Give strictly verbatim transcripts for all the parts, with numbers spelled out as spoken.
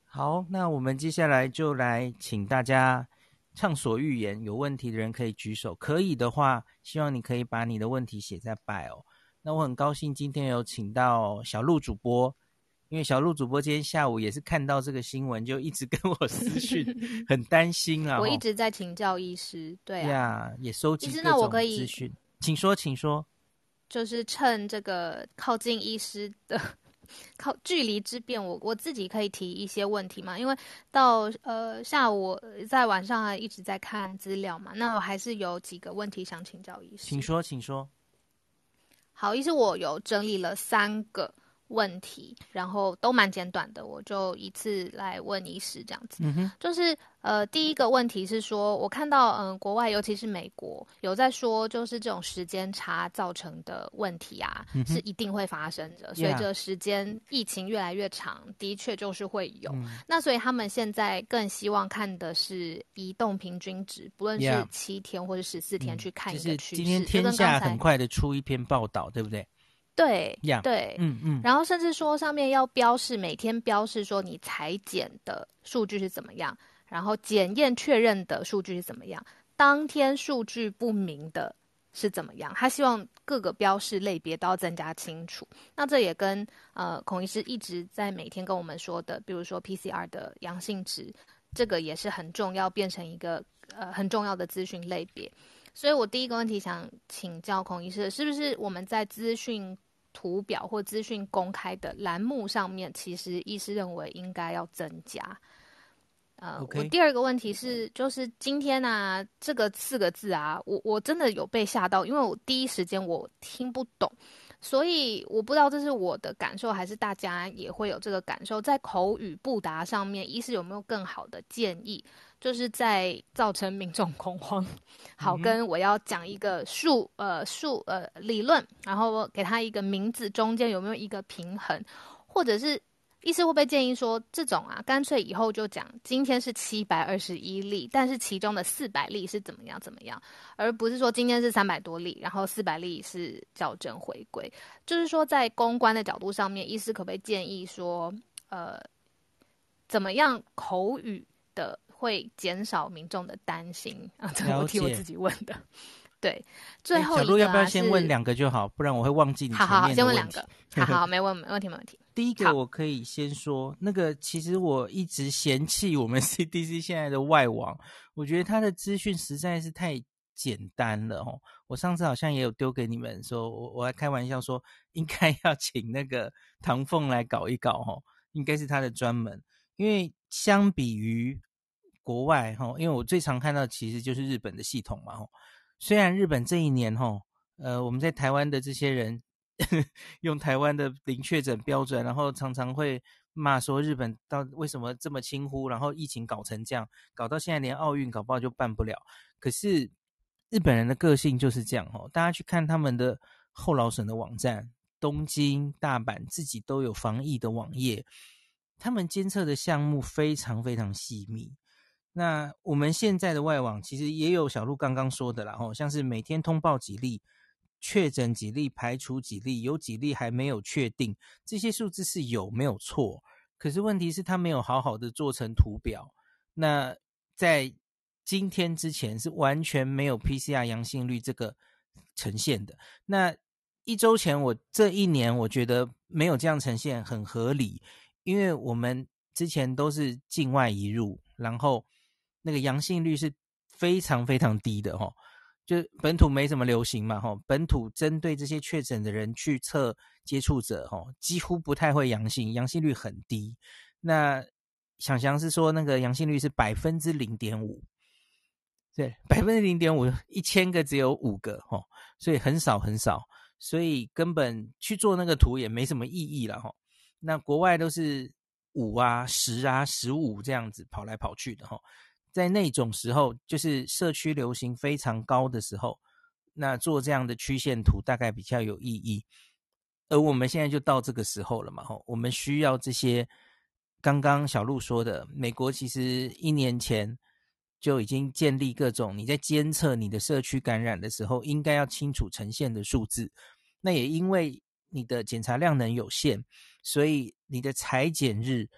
好，那我们接下来就来请大家畅所欲言，有问题的人可以举手，可以的话，希望你可以把你的问题写在 bio。那我很高兴今天有请到小鹿主播，因为小鹿主播今天下午也是看到这个新闻，就一直跟我私讯，很担心啦。 我一直在请教医师，对啊， yeah, 也收集医师， 各那我可以种资讯，请说，请说。 就是趁这个靠近医师的靠距离之便，我我自己可以提一些问题嘛？因为到呃下午我在晚上还一直在看资料嘛，那我还是有几个问题想请教医师。 请说，请说。 好，医师，我有整理了三个问题，然后都蛮简短的，我就一次来问医师这样子。 嗯哼， 就是呃，第一个问题是说，我看到嗯、呃，国外尤其是美国有在说，就是这种时间差造成的问题啊， 嗯是一定会发生的。随着时间疫情越来越长，的确就是会有。 嗯、 那所以他们现在更希望看的是移动平均值，不论是七天或者十四天，去看一个趋势。 嗯、今天天下很快的出一篇报道，对不对？ 对、 yeah, 对， 嗯嗯， 然后甚至说上面要标示，每天标示说你裁剪的数据是怎么样，然后检验确认的数据是怎么样，当天数据不明的是怎么样。他希望各个标示类别都要增加清楚。那这也跟呃孔医师一直在每天跟我们说的，比如说 P C R 的阳性值，这个也是很重要，变成一个呃很重要的资讯类别。所以我第一个问题想请教孔医师，是不是我们在资讯图表或资讯公开的栏目上面，其实医师认为应该要增加？呃， okay. 我第二个问题是，就是今天啊，这个四个字啊，我我真的有被吓到，因为我第一时间我听不懂，所以我不知道这是我的感受，还是大家也会有这个感受。在口语布达上面，医师有没有更好的建议？就是在造成民众恐慌，好，跟我要讲一个数呃数呃理论，然后给他一个名字，中间有没有一个平衡，或者是医师会不会建议说，这种啊，干脆以后就讲今天是七百二十一例，但是其中的四百例是怎么样怎么样，而不是说今天是三百多例，然后四百例是校正回归。就是说，在公关的角度上面，医师可不可以建议说，呃，怎么样口语的会减少民众的担心啊？这我替我自己问的。对，最后一个、啊、 小鹿要不要先问两个就好，不然我会忘记你前面的问题。 好好好，先问两个。好好，没问没问题没问题。 第一个我可以先说，那个其实我一直嫌弃我们 C D C 现在的外网，我觉得它的资讯实在是太简单了哦。我上次好像也有丢给你们说，我我还开玩笑说，应该要请那个唐凤来搞一搞哦，应该是他的专门。因为相比于国外哦，因为我最常看到其实就是日本的系统嘛哦。虽然日本这一年齁，呃，我们在台湾的这些人呵呵用台湾的零确诊标准，然后常常会骂说日本到为什么这么轻忽，然后疫情搞成这样，搞到现在连奥运搞不好就办不了。可是日本人的个性就是这样齁，大家去看他们的后劳省的网站，东京、大阪自己都有防疫的网页，他们监测的项目非常非常细密。那我们现在的外网其实也有小鹿刚刚说的啦，像是每天通报几例，确诊几例，排除几例，有几例还没有确定，这些数字是有没有错？可是问题是他没有好好的做成图表。那在今天之前是完全没有 P C R 阳性率这个呈现的。那一周前我这一年我觉得没有这样呈现很合理，因为我们之前都是境外移入，然后那个阳性率是非常非常低的齁，就本土没什么流行嘛齁，本土针对这些确诊的人去测接触者齁，几乎不太会阳性，阳性率很低。那想想是说那个阳性率是 百分之零点五， 对 百分之零点五， 一千个只有五个齁，所以很少很少，所以根本去做那个图也没什么意义啦齁。那国外都是五啊十啊十五这样子跑来跑去的齁，在那种时候就是社区流行非常高的时候，那做这样的曲线图大概比较有意义。而我们现在就到这个时候了嘛，我们需要这些刚刚小鹿说的，美国其实一年前就已经建立各种你在监测你的社区感染的时候应该要清楚呈现的数字。那也因为你的检查量能有限，所以你的采检日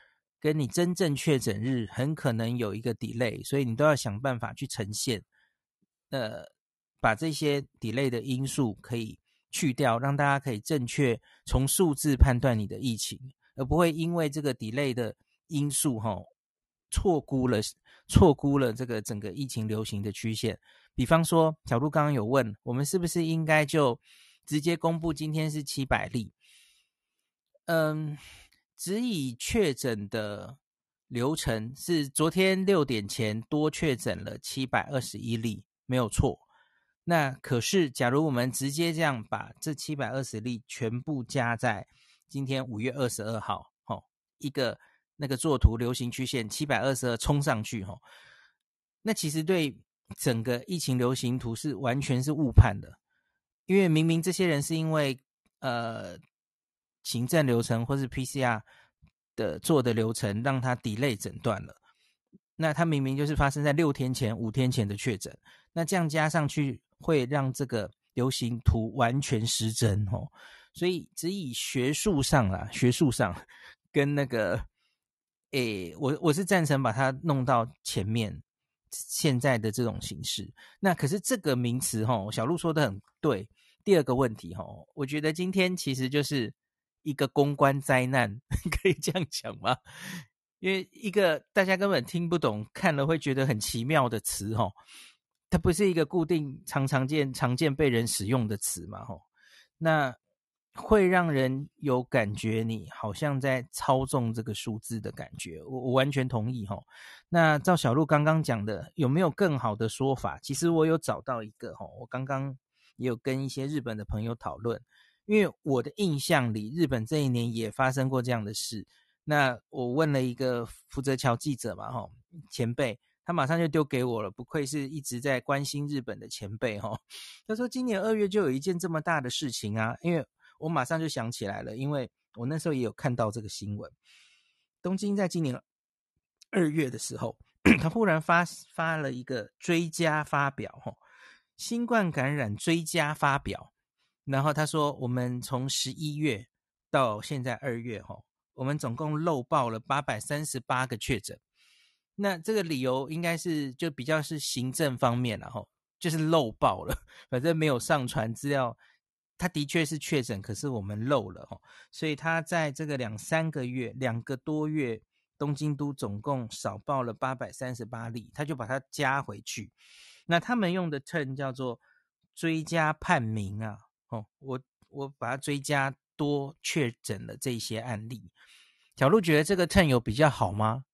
跟你真正确诊日很可能有一个 delay， 所以你都要想办法去呈现，呃，把这些 delay 的因素可以去掉，让大家可以正确从数字判断你的疫情，而不会因为这个 delay 的因素齁，错估了错估了这个整个疫情流行的曲线。比方说小鹿刚刚有问我们是不是应该就直接公布今天是七百例，嗯，只以确诊的流程是昨天六点前多确诊了七百二十一例，没有错。那可是假如我们直接这样把这七百二十例全部加在今天五月二十二号、哦、一个那个作图流行曲线七百二十二冲上去、哦、那其实对整个疫情流行图是完全是误判的，因为明明这些人是因为呃行政流程或是 P C R 的做的流程让他 delay 诊断了，那他明明就是发生在六天前五天前的确诊，那这样加上去会让这个流行图完全失真、哦、所以只以学术上啦学术上跟那个诶我我是赞成把它弄到前面现在的这种形式。那可是这个名词、哦、小鹿说的很对，第二个问题、哦、我觉得今天其实就是一个公关灾难可以这样讲吗？因为一个大家根本听不懂看了会觉得很奇妙的词、哦、它不是一个固定常常见常见被人使用的词嘛、哦、那会让人有感觉你好像在操纵这个数字的感觉，我我完全同意、哦、那照小鹿刚刚讲的有没有更好的说法？其实我有找到一个、哦、我刚刚也有跟一些日本的朋友讨论，因为我的印象里日本这一年也发生过这样的事，那我问了一个福泽桥记者嘛、哦、前辈，他马上就丢给我了，不愧是一直在关心日本的前辈、哦、他说今年二月就有一件这么大的事情啊，因为我马上就想起来了，因为我那时候也有看到这个新闻，东京在今年二月的时候他忽然发发了一个追加发表、哦、新冠感染追加发表，然后他说我们从十一月到现在二月、哦、我们总共漏报了八百三十八个确诊，那这个理由应该是就比较是行政方面啦、哦、就是漏报了，反正没有上传资料，他的确是确诊，可是我们漏了、哦、所以他在这个两三个月两个多月东京都总共少报了八百三十八例，他就把它加回去，那他们用的 term 叫做追加判明啊、哦、我我把它追加多确诊了这些案例。小鹿觉得这个 term 有比较好吗？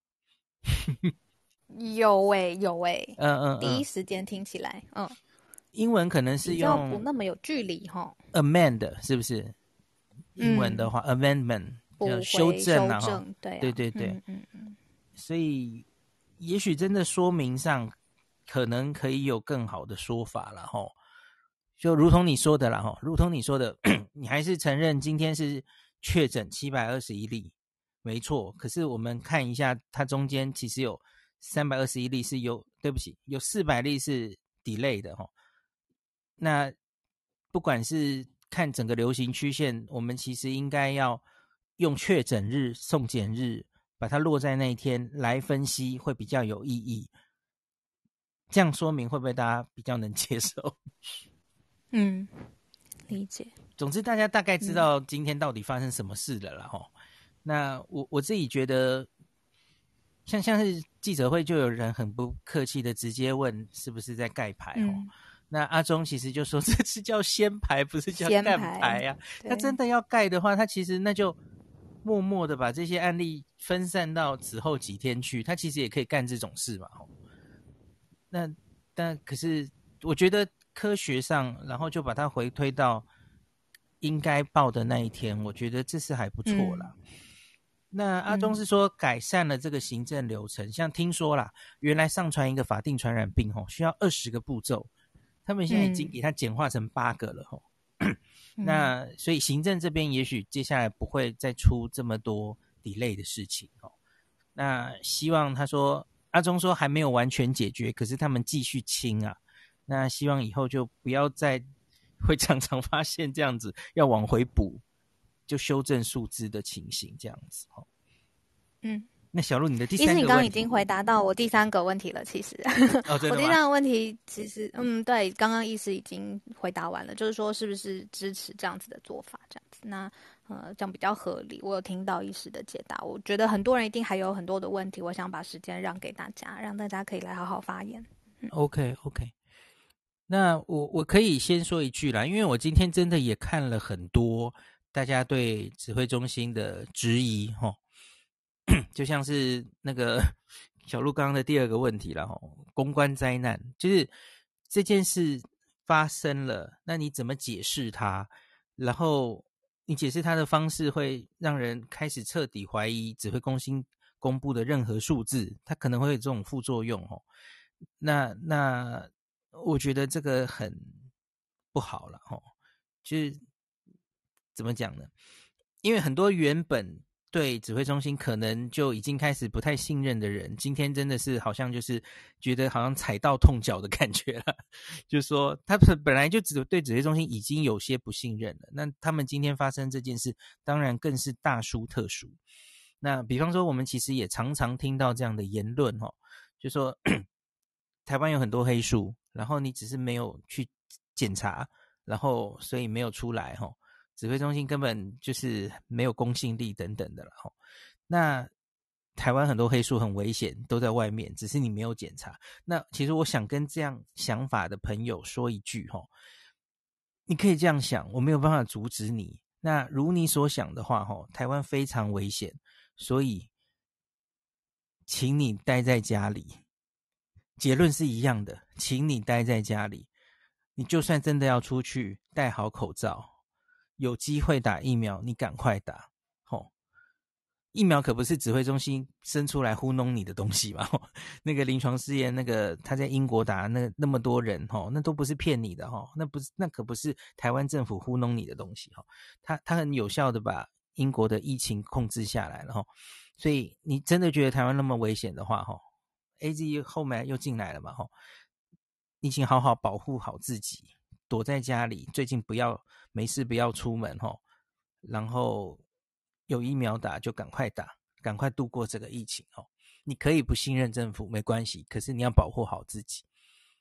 有诶、欸、有诶、欸嗯嗯嗯， 第一时间听起来，嗯， 英文可能是比较不用那么有距离哈。 amend 是不是？英文的话、嗯、amendment 叫修正啊， 修正，对啊， 对对对， 嗯嗯嗯， 所以也许真的说明上可能可以有更好的说法了齁。就如同你说的啦齁，如同你说的，你还是承认今天是确诊七百二十一例，没错。可是我们看一下，它中间其实有三百二十一例是有，对不起，有四百例是 delay 的齁。那不管是看整个流行曲线，我们其实应该要用确诊日、送检日，把它落在那一天来分析，会比较有意义。这样说明会不会大家比较能接受？ 嗯，理解。 总之，大家大概知道今天到底发生什么事了啦、嗯、那我我自己觉得，像像是记者会，就有人很不客气的直接问是不是在盖牌、嗯、那阿中其实就说这是叫先排，不是叫盖牌啊。他真的要盖的话，他其实那就默默的把这些案例分散到此后几天去，他其实也可以干这种事嘛。那但可是我觉得科学上，然后就把它回推到应该报的那一天，我觉得这是还不错啦。嗯，那阿中是说改善了这个行政流程，嗯、像听说啦，原来上传一个法定传染病吼需要二十个步骤，他们现在已经给它简化成八个了吼。嗯、那所以行政这边也许接下来不会再出这么多 delay 的事情吼。那希望他说阿中说还没有完全解决，可是他们继续清啊。那希望以后就不要再会常常发现这样子要往回补。就修正数字的情形这样子。 嗯那小鹿，你的第医师， 三个问题， 你刚刚已经回答到我第三个问题了。其实， 哦，真的吗？ 我第三个问题其实，嗯，对，刚刚医师已经回答完了，就是说是不是支持这样子的做法，这样子，那呃，这样比较合理。我有听到医师的解答，我觉得很多人一定还有很多的问题，我想把时间让给大家，让大家可以来好好发言。嗯、 OK OK，那我我可以先说一句啦，因为我今天真的也看了很多大家对指挥中心的质疑齁。就像是那个小鹿刚刚的第二个问题了齁，公关灾难，就是这件事发生了，那你怎么解释它？然后你解释它的方式会让人开始彻底怀疑指挥中心公布的任何数字，它可能会有这种副作用齁。那那我觉得这个很不好了齁，就是怎么讲呢？因为很多原本对指挥中心可能就已经开始不太信任的人，今天真的是好像就是觉得好像踩到痛脚的感觉了。就是说他本来就只对指挥中心已经有些不信任了，那他们今天发生这件事当然更是大殊特殊。那比方说我们其实也常常听到这样的言论齁，就说台湾有很多黑数，然后你只是没有去检查，然后所以没有出来齁，指挥中心根本就是没有公信力等等的了齁。那台湾很多黑数很危险，都在外面，只是你没有检查。那其实我想跟这样想法的朋友说一句齁，你可以这样想，我没有办法阻止你。那如你所想的话齁，台湾非常危险，所以请你待在家里。结论是一样的，请你待在家里。你就算真的要出去，戴好口罩，有机会打疫苗，你赶快打。齁，疫苗可不是指挥中心生出来糊弄你的东西嘛。那个临床试验，那个他在英国打那那么多人齁，那都不是骗你的齁，那不是那可不是台湾政府糊弄你的东西齁，他他很有效的把英国的疫情控制下来了齁。所以你真的觉得台湾那么危险的话齁， A Z 后面又进来了嘛齁，你请好好保护好自己，躲在家里，最近不要没事不要出门齁，然后有疫苗打就赶快打，赶快度过这个疫情齁。你可以不信任政府没关系，可是你要保护好自己。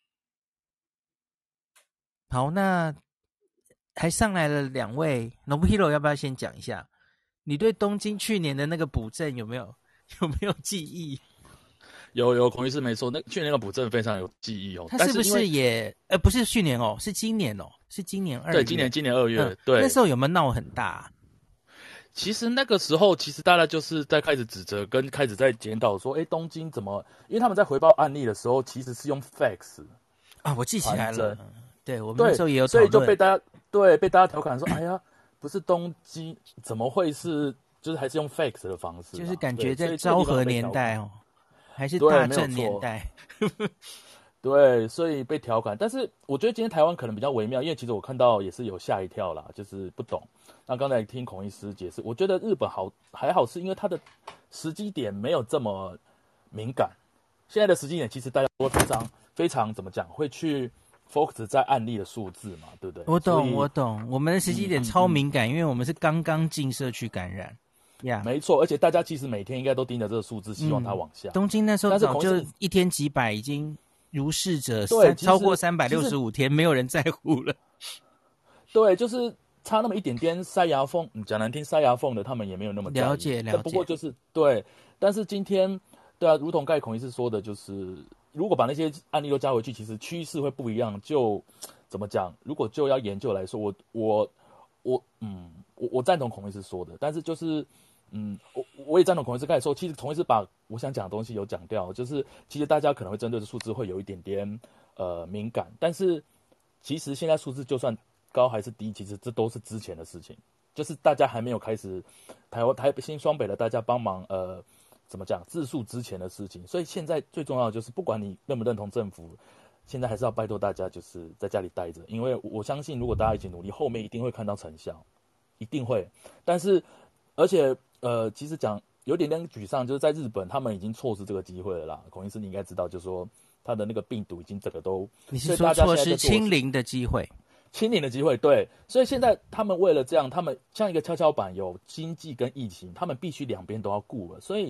好，那还上来了两位 Nobuhiro， 要不要先讲一下你对东京去年的那个补正有没有有没有记忆？ 有有，孔医师没错，那去年那个补正非常有记忆哦。 他是不是也呃不是去年哦，是今年哦，是今年二月。 对，今年今年二月、嗯，对。 那时候有没有闹很大啊？ 其实那个时候，其实大家就是在开始指责跟开始在检讨说，哎，东京怎么？因为他们在回报案例的时候，其实是用 fax 啊，我记起来了。对，我们那时候也有讨论，所以就被大家对被大家调侃说，哎呀，不是东京，怎么会是？就是还是用 fax 的方式， 就是感觉在昭和年代哦。还是大正年代， 对，所以被调侃。但是我觉得今天台湾可能比较微妙，因为其实我看到也是有吓一跳啦，就是不懂。那刚才听孔医师解释，我觉得日本好还好，是因为它的时机点没有这么敏感。现在的时机点其实大家都非常非常怎么讲，会去 focus 在案例的数字嘛，对不对？ 我懂，我懂。我们的时机点超敏感， 嗯嗯嗯， 因为我们是刚刚进社区感染。Yeah. 没错，而且大家其实每天应该都盯着这个数字，希望它往下。 嗯、东京那时候早就一天几百，已经如是者对超过三百六十五天，没有人在乎了。 对，就是差那么一点点塞牙缝，讲难听塞牙缝的，他们也没有那么了解了解。 不过就是对，但是今天对啊，如同盖孔医师说的，就是如果把那些案例都加回去，其实趋势会不一样。就怎么讲？如果就要研究来说，我我我嗯，我我赞同孔医师说的，但是就是。嗯，我我也赞同孔医师刚才说，其实孔医师把我想讲的东西有讲掉，就是其实大家可能会针对这数字会有一点点呃敏感，但是其实现在数字就算高还是低，其实这都是之前的事情，就是大家还没有开始台湾台新双北的大家帮忙呃怎么讲自述之前的事情，所以现在最重要的就是不管你认不认同政府，现在还是要拜托大家就是在家里待着，因为我相信如果大家一起努力，后面一定会看到成效，一定会，但是而且。呃，其实讲有点点沮丧，就是在日本，他们已经错失这个机会了啦。孔医师，你应该知道，就是说他的那个病毒已经整个都， 你是说错失清零的机会？ 清零的机会，对。所以现在他们为了这样，他们像一个跷跷板，有经济跟疫情，他们必须两边都要顾了。所以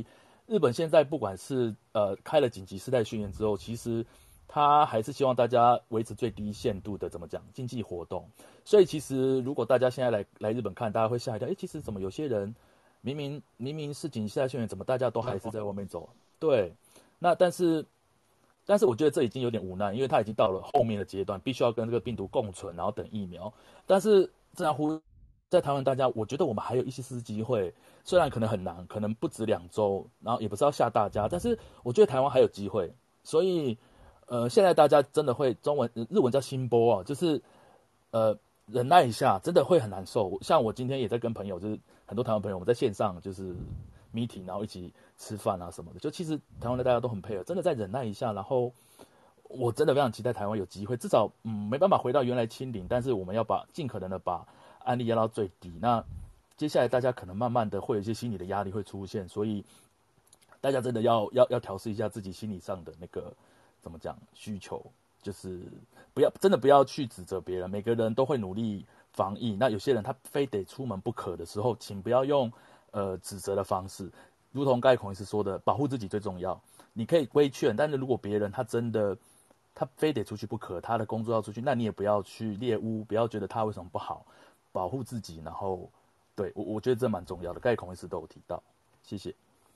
日本现在不管是呃开了紧急事态宣言之后，其实他还是希望大家维持最低限度的怎么讲经济活动。所以其实如果大家现在来来日本看，大家会吓一跳，哎，其实怎么有些人明明明明是紧急事态宣言，怎么大家都还是在外面走？对，那但是但是我觉得这已经有点无奈，因为他已经到了后面的阶段，必须要跟这个病毒共存，然后等疫苗。但是这样呼在台湾大家，我觉得我们还有一丝丝机会，虽然可能很难，可能不止两周，然后也不是要吓大家，但是我觉得台湾还有机会。所以，呃，现在大家真的会中文、日文叫心波啊，就是呃忍耐一下，真的会很难受。像我今天也在跟朋友，就是很多台湾朋友，我们在线上就是 meeting， 然后一起吃饭啊什么的，就其实台湾的大家都很配合，真的再忍耐一下，然后。我真的非常期待台湾有机会，至少嗯没办法回到原来清零，但是我们要把尽可能的把案例压到最低。那接下来大家可能慢慢的会有一些心理的压力会出现，所以大家真的要要要调试一下自己心理上的那个怎么讲需求，就是不要真的不要去指责别人，每个人都会努力防疫。那有些人他非得出门不可的时候，请不要用呃指责的方式，如同刚才孔医师说的，保护自己最重要。你可以规劝，但是如果别人他真的他非得出去不可，他的工作要出去，那你也不要去猎污，不要觉得他为什么不好，保护自己。然后，对我我觉得这蛮重要的，刚才孔医师都有提到，谢谢。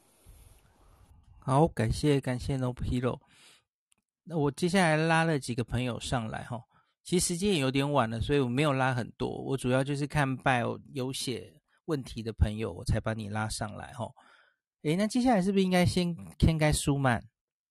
好，感谢感谢 No Hero。那我接下来拉了几个朋友上来哈，其实时间也有点晚了，所以我没有拉很多，我主要就是看 bio 有写问题的朋友，我才把你拉上来哈。诶，那接下来是不是应该先先该舒曼？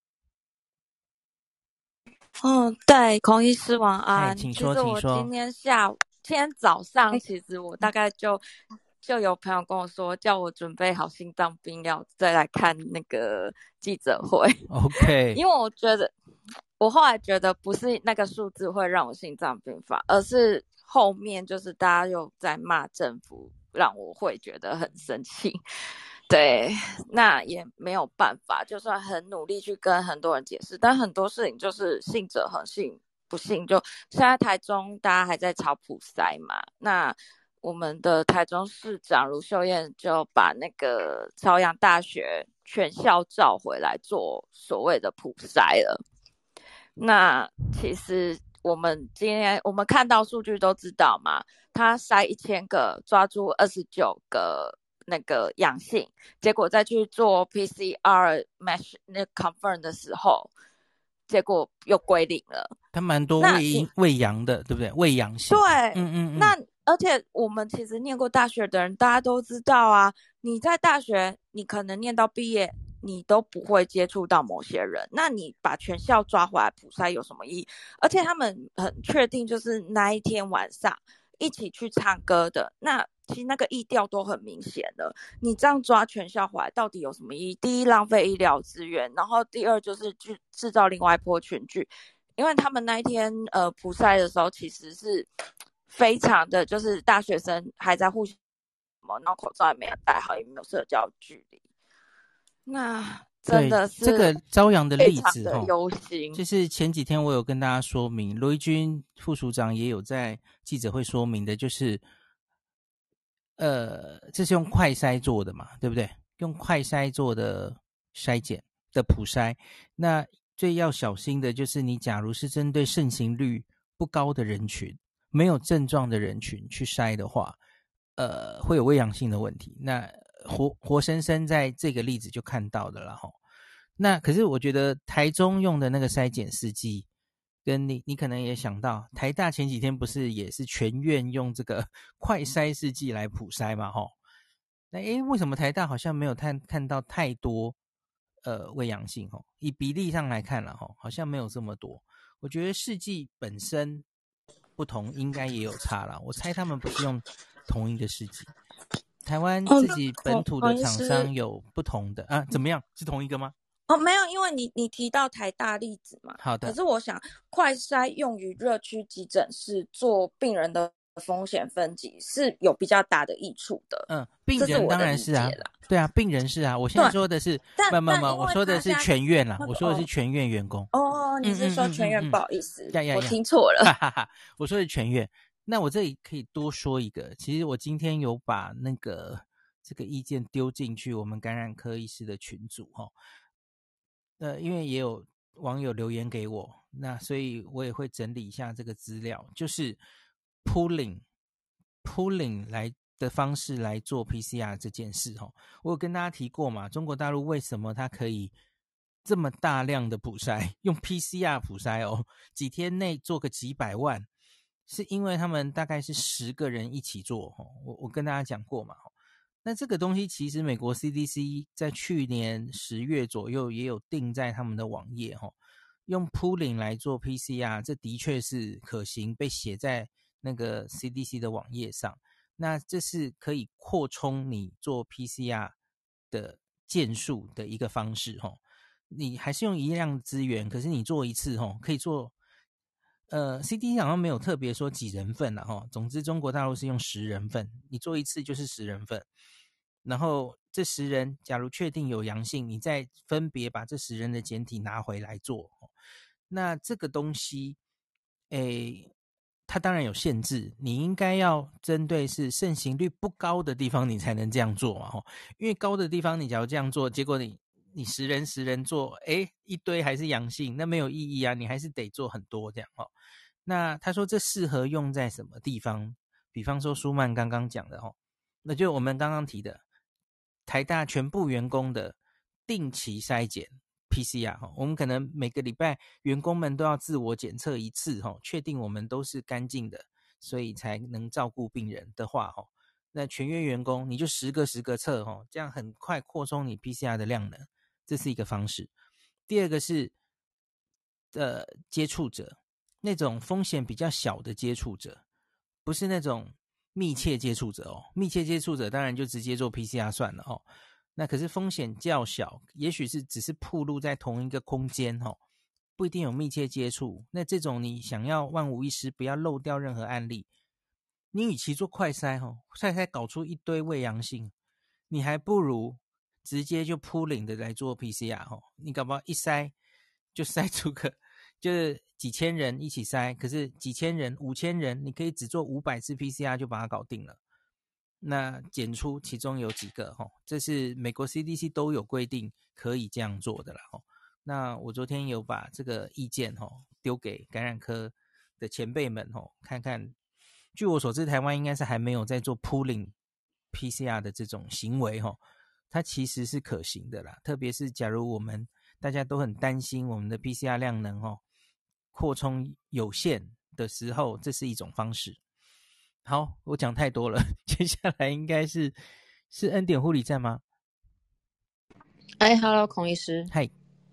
嗯，对，孔医师晚安。 请说， 其实我今天下午、今天早上，其实我大概就就有朋友跟我说，叫我准备好心脏病药，再来看那个记者会。 OK， 因为我觉得，我后来觉得不是那个数字会让我心脏病发，而是后面就是大家又在骂政府，让我会觉得很生气。对，那也没有办法，就算很努力去跟很多人解释，但很多事情就是信者恒信，不信就现在台中大家还在吵普筛嘛，那我们的台中市长卢秀燕就把那个朝阳大学全校召回来做所谓的普筛了。那其实我们今天我们看到数据都知道嘛，他筛一千个抓住二十九个那个阳性，结果再去做 P C R match 那 confirm 的时候，结果又归零了。 他蛮多胃胃阳的，对不对？胃阳性。 对， 嗯嗯嗯。 那而且我们其实念过大学的人，大家都知道啊，你在大学，你可能念到毕业，你都不会接触到某些人，那你把全校抓回来普筛有什么意义？而且他们很确定，就是那一天晚上一起去唱歌的，那其实那个疫调都很明显的。你这样抓全校回来到底有什么意义？第一，浪费医疗资源，然后第二就是去制造另外一波群聚，因为他们那一天呃普筛的时候其实是非常的，就是大学生还在互相然后口罩也没有戴好，也没有社交距离，那真的是这个朝阳的例子的忧心。 就是前几天我有跟大家说明，罗一军副署长也有在记者会说明的，就是呃，这是用快筛做的嘛，对不对？用快筛做的筛检的普筛，那最要小心的就是你假如是针对盛行率不高的人群，没有症状的人群去筛的话，呃，会有胃阳性的问题。那活活生生在这个例子就看到的了齁。那可是我觉得台中用的那个筛检试剂，跟你你可能也想到，台大前几天不是也是全院用这个快筛试剂来普筛嘛齁。那诶为什么台大好像没有看看到太多呃胃阳性齁？以比例上来看啦齁，好像没有这么多。我觉得试剂本身不同应该也有差啦，我猜他们不是用同一个试剂。台湾自己本土的厂商有不同的、哦、啊？怎么样？是同一个吗？ 哦，没有，因为你你提到台大例子嘛。 好的。 可是我想，快筛用于热区急诊室做病人的风险分级是有比较大的益处的。 嗯，病人当然是啊，对啊，病人是啊。我现在说的是，不不不，我说的是全院啦，我说的是全院员工。 哦，你是说全院？嗯嗯嗯嗯、不好意思， 呀呀呀我听错了。 哈哈哈，我说的是全院。那我这里可以多说一个，其实我今天有把那个这个意见丢进去我们感染科医师的群组哈、哦。呃，因为也有网友留言给我，那所以我也会整理一下这个资料，就是 pooling pooling 来的方式来做 P C R 这件事哈、哦。我有跟大家提过嘛，中国大陆为什么它可以这么大量的普筛，用 P C R 普筛哦，几天内做个几百万，是因为他们大概是十个人一起做哦。我我跟大家讲过嘛。那这个东西其实美国 C D C 在去年十月左右也有定在他们的网页齁，用 pooling 来做 P C R， 这的确是可行，被写在那个 C D C 的网页上。那这是可以扩充你做 P C R 的件数的一个方式齁。你还是用一样的资源，可是你做一次齁，可以做呃 C D C 好像没有特别说几人份啦齁，总之中国大陆是用十人份，你做一次就是十人份。然后这十人假如确定有阳性，你再分别把这十人的检体拿回来做。那这个东西诶，它当然有限制，你应该要针对是盛行率不高的地方你才能这样做嘛。因为高的地方你假如这样做，结果你你十人十人做，诶一堆还是阳性，那没有意义啊，你还是得做很多这样。那他说这适合用在什么地方，比方说舒曼刚刚讲的，那就我们刚刚提的台大全部员工的定期筛检 P C R， 我们可能每个礼拜员工们都要自我检测一次，确定我们都是干净的，所以才能照顾病人的话，那全约员工你就十个十个测，这样很快扩充你 P C R 的量能，这是一个方式。第二个是呃接触者，那种风险比较小的接触者，不是那种密切接触者哦，密切接触者当然就直接做 P C R 算了哦。那可是风险较小，也许是只是暴露在同一个空间哦，不一定有密切接触。那这种你想要万无一失，不要漏掉任何案例，你与其做快筛哦，快筛搞出一堆伪阳性，你还不如直接就pooling的来做 P C R 哦。你搞不好一筛就筛出个就是几千人一起筛，可是几千人五千人你可以只做五百次 P C R 就把它搞定了，那检出其中有几个齁，这是美国 C D C 都有规定可以这样做的啦齁。那我昨天有把这个意见齁丢给感染科的前辈们齁看看，据我所知台湾应该是还没有在做 pooling P C R 的这种行为齁，它其实是可行的啦，特别是假如我们大家都很担心我们的 P C R 量能齁扩充有限的时候，这是一种方式。好，我讲太多了，接下来应该是是恩典护理站吗？ 哎 ，Hello， 孔医师， 嗨，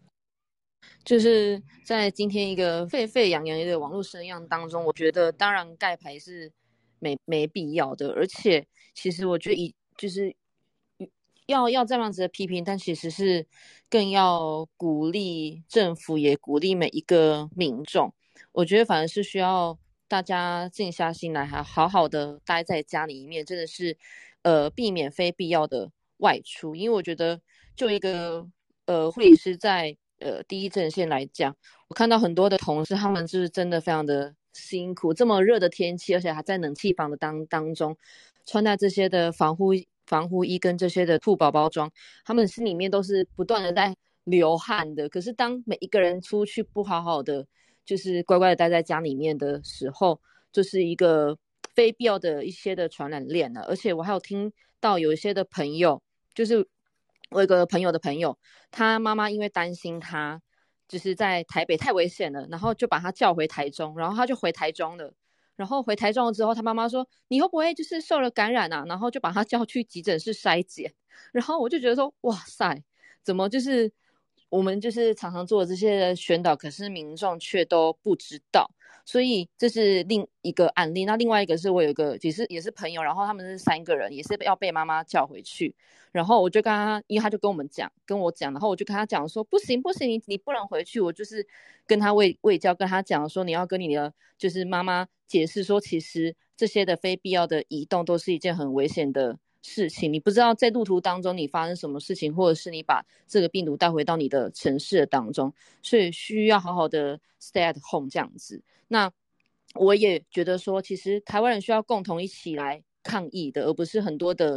就是在今天一个沸沸扬扬的网络声量当中，我觉得当然盖牌是没没必要的，而且其实我觉得以就是要要这样子的批评，但其实是更要鼓励政府，也鼓励每一个民众。我觉得反而是需要大家静下心来，还好好的待在家里面，真的是呃避免非必要的外出。因为我觉得就一个呃护理师在呃第一阵线来讲，我看到很多的同事，他们就是真的非常的辛苦，这么热的天气，而且还在冷气房的当当中，穿戴这些的防护防护衣跟这些的兔宝宝装，他们心里面都是不断的在流汗的。可是当每一个人出去不好好的就是乖乖的待在家里面的时候，就是一个非必要的一些的传染链了。而且我还有听到有一些的朋友，就是我有个朋友的朋友，他妈妈因为担心他就是在台北太危险了，然后就把他叫回台中，然后他就回台中了。然后回台中了之后，他妈妈说你会不会就是受了感染啊，然后就把他叫去急诊室筛检。然后我就觉得说哇塞，怎么就是我们就是常常做这些宣导，可是民众却都不知道。所以这是另一个案例。那另外一个是我有一个也是也是朋友，然后他们是三个人，也是要被妈妈叫回去。然后我就跟他，因为他就跟我们讲跟我讲，然后我就跟他讲说不行不行，你你不能回去。我就是跟他卫卫教，跟他讲说你要跟你的就是妈妈解释说，其实这些的非必要的移动都是一件很危险的事情，你不知道在路途当中你发生什么事情，或者是你把这个病毒带回到你的城市的当中，所以需要好好的 stay at home 这样子。那我也觉得说，其实台湾人需要共同一起来抗疫的，而不是很多的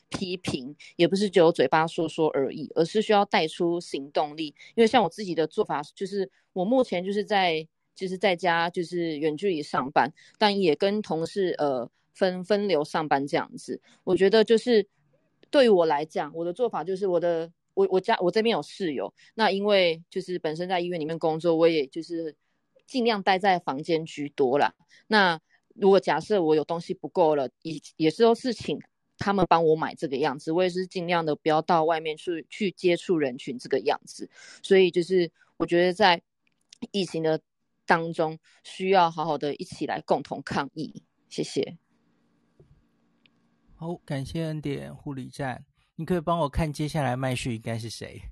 批评，也不是只有嘴巴说说而已，而是需要带出行动力。因为像我自己的做法，就是我目前就是在就是在家就是远距离上班，但也跟同事呃分分流上班这样子。我觉得就是对于我来讲，我的做法就是我的我我家我这边有室友，那因为就是本身在医院里面工作，我也就是尽量待在房间居多啦。那如果假设我有东西不够了，也也是都是请他们帮我买这个样子，我也是尽量的不要到外面去去接触人群这个样子。所以就是我觉得在疫情的当中，需要好好的一起来共同抗疫。谢谢。 好，感谢恩典护理站，你可以帮我看接下来麦序应该是谁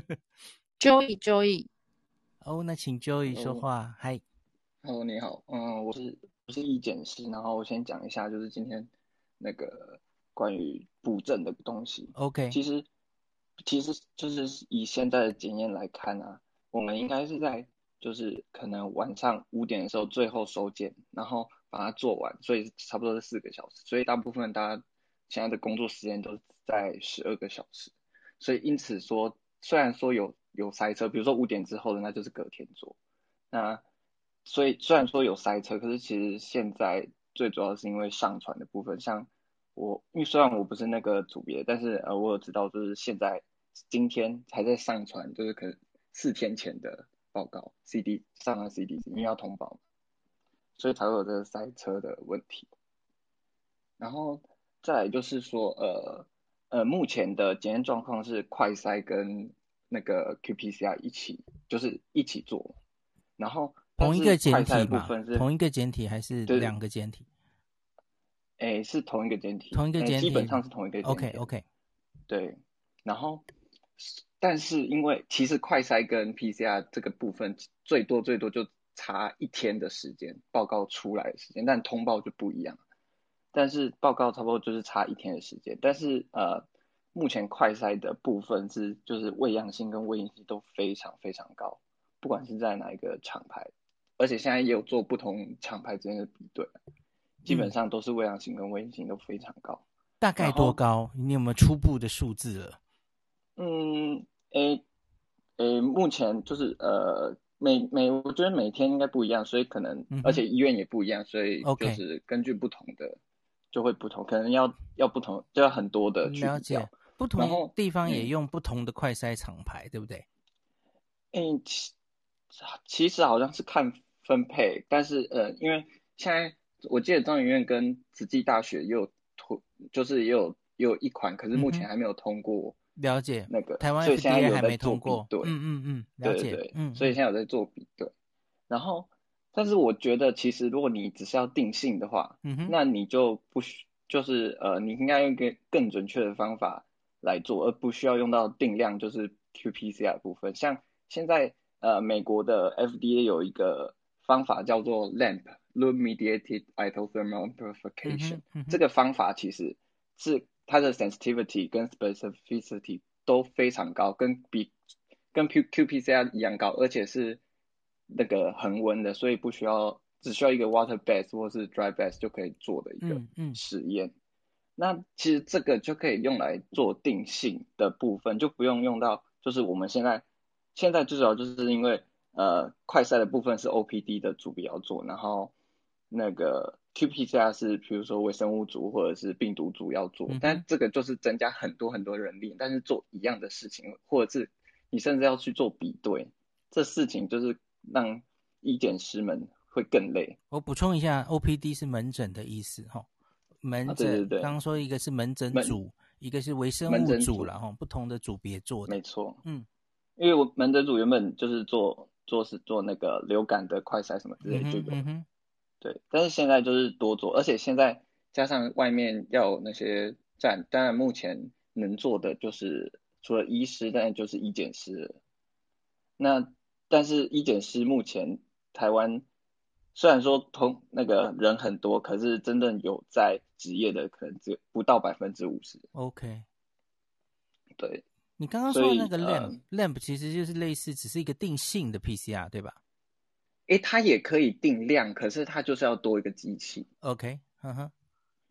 ？Joey Joey。 哦，那请 Joey 说话。嗨。 Hello， 你好，嗯，我是我是医检师，然后我先讲一下，就是今天那个关于补证的东西。 OK， 其实其实就是以现在的检验来看啊，我们应该是在就是可能晚上五点的时候最后收检，然后把它做完，所以差不多是四个小时，所以大部分大家现在的工作时间都在十二个小时，所以因此说，虽然说有有塞车，比如说五点之后的那就是隔天做，那。所以虽然说有塞车，可是其实现在最主要是因为上传的部分，像我，因为虽然我不是那个组别，但是呃我有知道就是现在今天才在上传，就是可能四天前的报告 C D 上传 C D C， 因为要通报，所以才会有这个塞车的问题。然后再来就是说呃呃目前的检验状况是快筛跟那个 Q P C R 一起就是一起做，然后。 同一个检体嘛？ 是同一个检体还是两个检体？ 诶，是同一个检体， 同一个检体， 基本上是同一个检体。 OK OK。 对，然后，但是因为其实快筛跟 P C R 这个部分最多最多就差一天的时间，报告出来的时间，但通报就不一样。但是报告差不多就是差一天的时间，但是呃，目前快筛的部分是就是未阳性跟未阴性都非常非常高，不管是在哪一个厂牌。而且现在也有做不同厂牌之间的比对，基本上都是未阳性跟未阴性都非常高。 大概多高？你有没有初步的数字了？ 嗯，诶诶，目前就是呃每每我觉得每天应该不一样，所以可能、嗯、而且医院也不一样，所以就是根据不同的就会不同，可能要要不同就要很多的去比较。 不同地方也用不同的快筛厂牌、嗯，对不对？ 嗯，其其实好像是看分配，但是呃，因为现在我记得中研院跟慈济大学也有推，就是也有也有一款，可是目前还没有通过。 嗯、了解。 那个台湾 F D A 还没通过。 对， 嗯嗯嗯，了解。 对对对， 嗯， 所以现在有在做比对。然后，但是我觉得其实如果你只是要定性的话， 嗯哼， 那你就不需就是呃，你应该用一个更准确的方法来做，而不需要用到定量，就是 Q P C R 部分。像现在呃，美国的 F D A 有一个方法叫做 L A M P，Loop Mediated Isothermal Amplification、 嗯。 这个方法其实是它的 sensitivity 跟 specificity 都非常高，跟比跟 Q P C R 一样高，而且是那个恒温的，所以不需要只需要一个 water base 或是 dry base 就可以做的一个实验。嗯嗯，那其实这个就可以用来做定性的部分，就不用用到就是我们现在现在最主要就是因为呃快筛的部分是 O P D 的组别要做，然后那个 Q P C R 是比如说微生物组或者是病毒组要做， 嗯、 但这个就是增加很多很多人力，但是做一样的事情，或者是你甚至要去做比对，这事情就是让医检师们会更累。 我补充一下 ，O P D 是门诊的意思哈，门诊、啊、对对对，刚刚说一个是门诊组，一个是微生物组了哈，不同的组别做的。 没错， 嗯， 因为我门诊组原本就是做做是做那个流感的快筛什么之类就有、 嗯嗯， 对，但是现在就是多做，而且现在加上外面要有那些站，当然目前能做的就是除了医师，当然就是医检师了。那但是医检师目前台湾虽然说通那个人很多，可是真正有在职业的可能只不到百分之五十。 OK， 对， 你刚刚说的那个 L A M P、呃、L A M P 其实就是类似只是一个定性的 P C R 对吧？ 诶，它也可以定量，可是它就是要多一个机器。 OK， 嗯哼，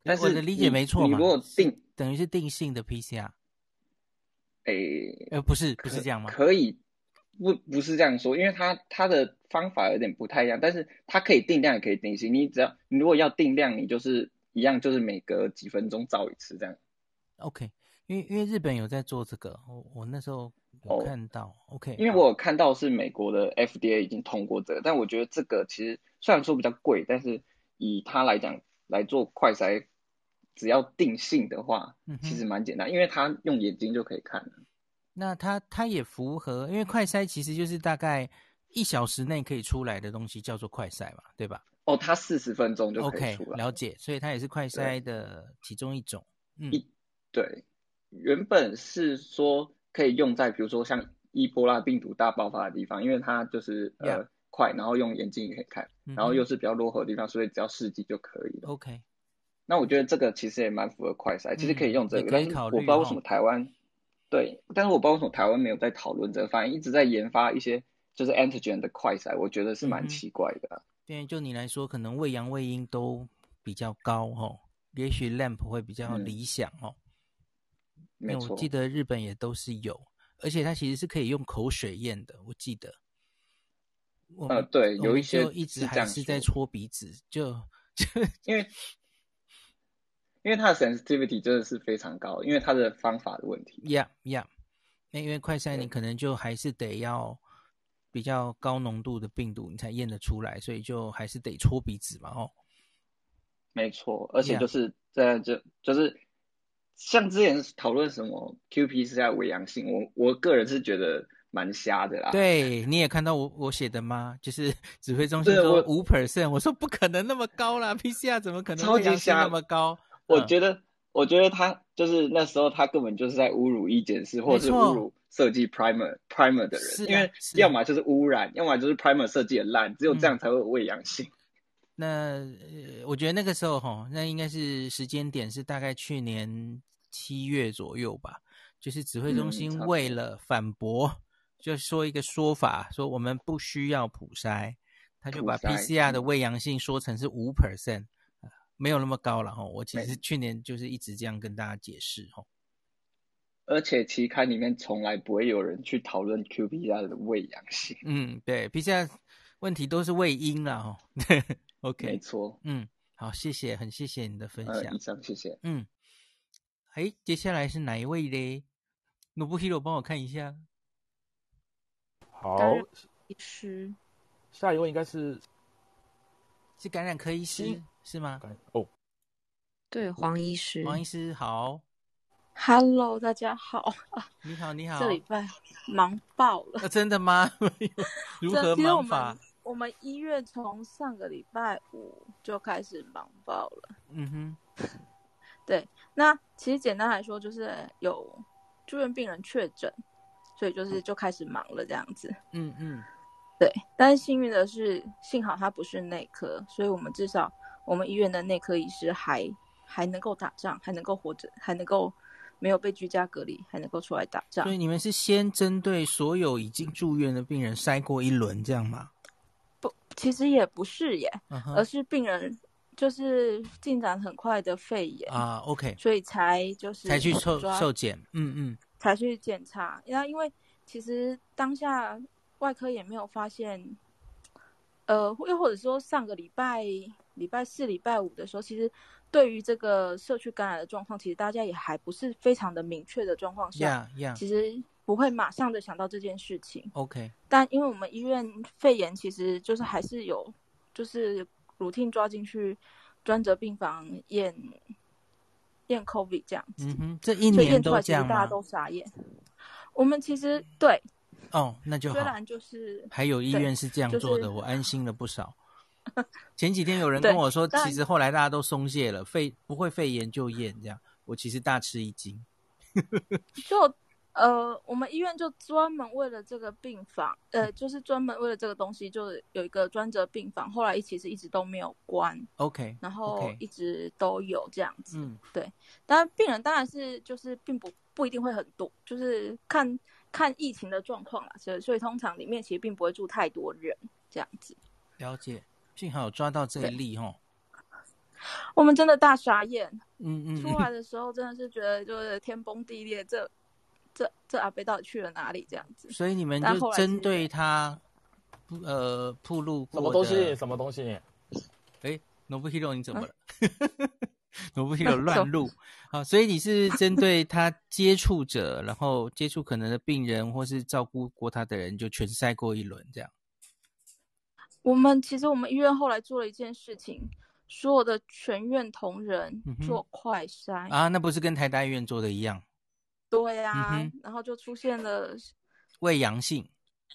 但是我的理解没错嘛？ 你如果定等于是定性的 P C R， 诶， 呃，不是不是这样吗？ 可以，不不是这样说，因为它它的方法有点不太一样，但是它可以定量也可以定性。你只要你如果要定量，你就是一样，就是每隔几分钟照一次这样。 OK， 因为因为日本有在做这个，我我那时候有看到。哦、OK， 因为我有看到是美国的 F D A 已经通过这个，但我觉得这个其实虽然说比较贵，但是以它来讲来做快筛，只要定性的话， 嗯、 其实蛮简单，因为它用眼睛就可以看了。 那它它也符合，因为快筛其实就是大概一小时内可以出来的东西叫做快筛嘛，对吧？ 哦，它四十分钟就可以出来。 OK， 了解，所以它也是快筛的其中一种。嗯， 一对，原本是说可以用在比如说像伊波拉病毒大爆发的地方，因为它就是呃、yeah. 快，然后用眼睛也可以看，然后又是比较落后的地方，所以只要试剂就可以了。 OK， 那我觉得这个其实也蛮符合快筛，其实可以用这个， 嗯、 但是我不知道为什么台湾。对，但是我不知道为什么台湾没有在讨论这个，反而一直在研发一些就是 antigen 的快筛，我觉得是蛮奇怪的、啊。 对，就你来说，可能喂阳喂阴都比较高哦，也许 L A M P 会比较理想哦。 嗯、没错， 因为我记得日本也都是有，而且它其实是可以用口水验的，我记得。 呃，对，有一些就一直还是在戳鼻子，就就因为。因为它的 sensitivity 真的是非常高，因为它的方法的问题。 Yeah, yeah， 那因为快筛你可能就还是得要比较高浓度的病毒你才验得出来，所以就还是得戳鼻子嘛，哦。 没错，而且就是在这、yeah. 就是像之前讨论什么 Q P C R 伪阳性，我我个人是觉得蛮瞎的啦。 对，你也看到我我写的吗？就是指挥中心说 百分之五， 我, 我说不可能那么高啦 P C R 怎么可能伪阳性那么高？ 我觉得，我觉得他就是那时候他根本就是在侮辱医检师，或者是侮辱设计 primer primer 的人， 啊、 因为要么就是污染，要么就是 primer 设计很烂，只有这样才会有伪阳性。 嗯、那、呃、我觉得那个时候哈，那应该是时间点是大概去年七月左右吧，就是指挥中心为了反驳，嗯、就说一个说法，说我们不需要普筛，他就把 P C R 的伪阳性说成是 百分之五。没有那么高了齁，我其实去年就是一直这样跟大家解释齁。 而且期刊里面从来不会有人去讨论 Q P C R 的伪阳性。 嗯，对 ，P C R 问题都是伪阴啦齁。对 ，OK， 没错。 嗯，好，谢谢，很谢谢你的分享。 呃，以上谢谢。 嗯，哎，接下来是哪一位嘞？努布希罗帮我看一下。 好， 医师， 下一位应该是是感染科医师。是吗？ 哦， 对，黄医师， 黄医师好 ，Hello， 大家好， 你好，你好， 这礼拜忙爆了， 啊、真的吗？如何忙法？ 我们医院从上个礼拜五就开始忙爆了， 嗯哼， 对，那其实简单来说就是有住院病人确诊，所以就是就开始忙了这样子， 嗯嗯， 对，但是幸运的是，幸好他不是内科，所以我们至少。我们医院的内科医师还还能够打仗，还能够活着，还能够没有被居家隔离，还能够出来打仗。 所以你们是先针对所有已经住院的病人筛过一轮，这样吗？ 不，其实也不是耶， uh-huh. 而是病人就是进展很快的肺炎啊、uh, ，OK， 所以才就是才去受受检，嗯嗯， 才去检查。那因为其实当下外科也没有发现，呃，又或者说上个礼拜。礼拜四、礼拜五的时候，其实对于这个社区感染的状况，其实大家也还不是非常的明确的状况下， yeah, yeah. 其实不会马上的想到这件事情。 OK， 但因为我们医院肺炎其实就是还是有，就是 routine 抓进去专责病房验验 COVID 这样子。 嗯哼，这一年都这样吗？ 大家都傻眼。我们其实对哦，那就好。 虽然就是还有医院是这样做的， 就是、 我安心了不少。前几天有人跟我说，其实后来大家都松懈了，肺不会肺炎就验这样，我其实大吃一惊。 就呃，我们医院就专门为了这个病房，呃，就是专门为了这个东西，就有一个专责病房，后来其实一直都没有关 ，OK， 然后一直都有这样子， 嗯， 对。当然，病人当然是就是并不不一定会很多，就是看看疫情的状况啦，所以所以通常里面其实并不会住太多人这样子。 了解。幸好有抓到这一例齁。 我们真的大傻眼。 嗯嗯， 出来的时候真的是觉得就是天崩地裂，这这这阿伯到底去了哪里这样子？ 所以你们就针对他，呃，铺路过的什么东西？什么东西？ 哎 ，Nobuhiro 你怎么了？Nobuhiro 乱入。好，所以你是针对他接触者，然后接触可能的病人或是照顾过他的人，就全筛过一轮这样。 我们其实我们医院后来做了一件事情，所有的全院同仁做快筛、 嗯、啊，那不是跟台大医院做的一样？ 对啊、嗯，然后就出现了胃阳性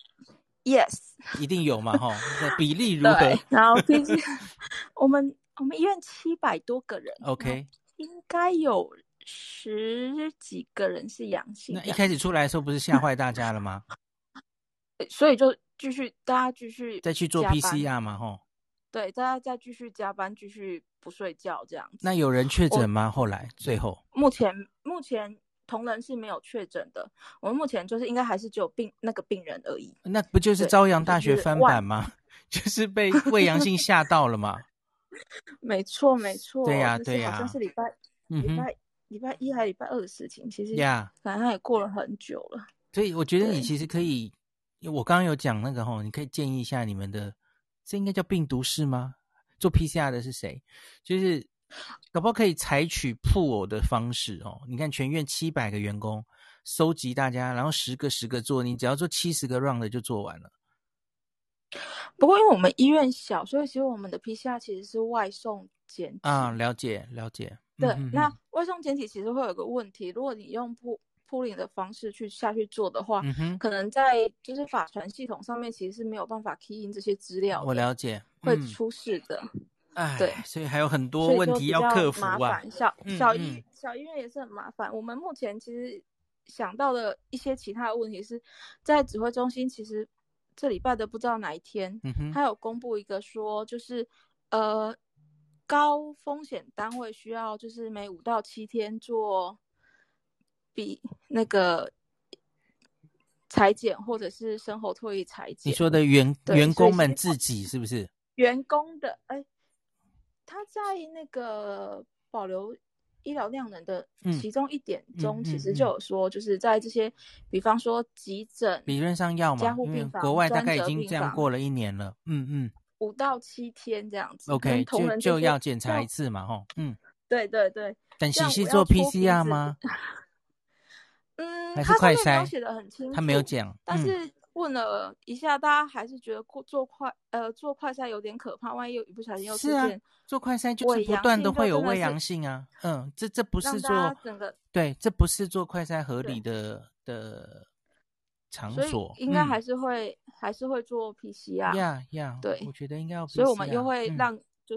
，yes， 一定有嘛哈？比例如何？ 对，然后毕竟我们我们医院七百多个人 ，OK， 应该有十几个人是阳性。 那一开始出来的时候不是吓坏大家了吗？ 所以就继续大家继续再去做 P C R 嘛吼？ 对，大家再继续加班，继续不睡觉这样子。 那有人确诊吗？后来最后目前目前同仁是没有确诊的，我们目前就是应该还是只有病那个病人而已。 那不就是朝阳大学翻版吗？就是、就是被胃阳性吓到了嘛？ 没错没错， 对呀、啊、对呀、 啊，好像是礼拜礼、嗯、拜礼拜一还礼拜二的事情，其实呀， 反正也过了很久了。 所以我觉得你其实可以，我刚刚有讲那个吼，你可以建议一下你们的，这应该叫病毒室吗？做 P C R 的是谁？就是搞不好可以采取铺偶的方式哦。你看全院七百个员工，收集大家，然后十个十个做，你只要做七十个 round 就做完了。 不过因为我们医院小，所以其实我们的 P C R 其实是外送检体啊，了解了解。 对， 嗯、 那外送检体其实会有个问题，如果你用铺铺领的方式去下去做的话、 嗯， 可能在就是法传系统上面其实是没有办法 key in 这些资料的， 我了解， 嗯、会出事的。 哎， 对， 所以还有很多问题要克服啊。 麻烦，小小医、 嗯、 小医院也是很麻烦。我们目前其实想到的一些其他的问题是，在指挥中心，其实这礼拜的不知道哪一天， 嗯、 他有公布一个说，就是呃。高风险单位需要就是每五到七天做比那个裁剪或者是身后唾液裁剪。 你说的员员工们自己是不是？ 员工的哎，他在那个保留医疗量能的其中一点中，其实就有说，就是在这些，嗯嗯嗯、比方说急诊， 理论上要嘛， 加护病房， 国外大概已经这样过了一年了。嗯嗯。 五到七天这样子 ，OK， 就就要检查一次嘛，吼，嗯， 对对对。 等西西做 P C R 吗？ 嗯， 还是快筛？ 他上面没有写的很清楚， 他没有讲。 但是问了一下，大家还是觉得做快呃做快筛有点可怕，万一有一不小心又出现、 啊，做快筛就是不断的会有胃阳性啊。嗯，这这不是做整个对，这不是做快筛合理的的场所， 所以应该还是会、嗯、还是会做 P C R。 呀呀， 对， 我觉得应该要 P C R。 所以我们又会让就是、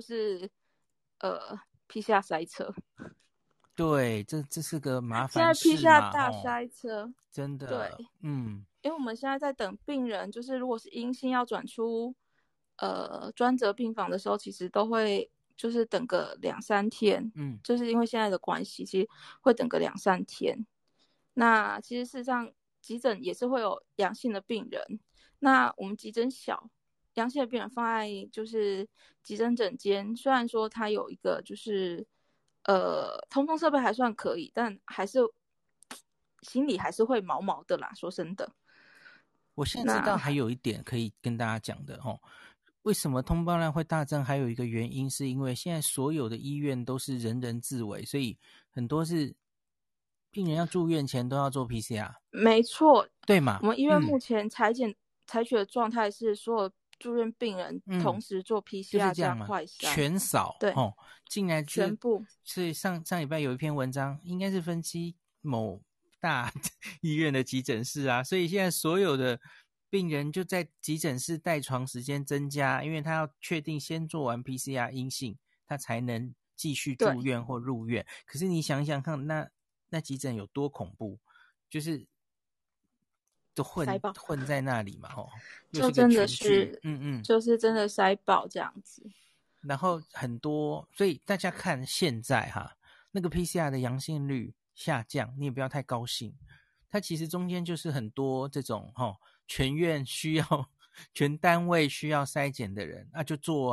嗯、 呃 P C R 塞车。 对，这这是个麻烦事嘛。 现在 P C R 大塞车， 真的。 对， 嗯， 因为我们现在在等病人，就是如果是阴性要转出呃专责病房的时候，其实都会就是等个两三天。 嗯， 就是因为现在的关系，其实会等个两三天。那其实事实上，急诊也是会有阳性的病人。那我们急诊小，阳性的病人放在就是急诊诊间，虽然说它有一个就是呃通风设备还算可以，但还是心里还是会毛毛的啦。说真的， 我现在知道还有一点可以跟大家讲的哦，为什么通报量会大增？还有一个原因是因为现在所有的医院都是人人自危，所以很多是病人要住院前都要做 P C R。 没错， 对嘛？ 我们医院目前采检、嗯、采取的状态是所有住院病人同时做 P C R 加快筛、 嗯就是、全扫。 对哦，进来全部。 所以上上礼拜有一篇文章，应该是分析某大医院的急诊室啊，所以现在所有的病人就在急诊室待床时间增加，因为他要确定先做完 P C R 阴性，他才能继续住院或入院。可是你想想看，那那急诊有多恐怖，就是都混混在那里嘛，哦， 就真的是， 嗯嗯， 就是真的塞爆这样子。 然后很多，所以大家看现在哈，那个 P C R 的阳性率下降，你也不要太高兴。它其实中间就是很多这种哈、哦，全院需要、全单位需要筛检的人，那、啊、就做啊。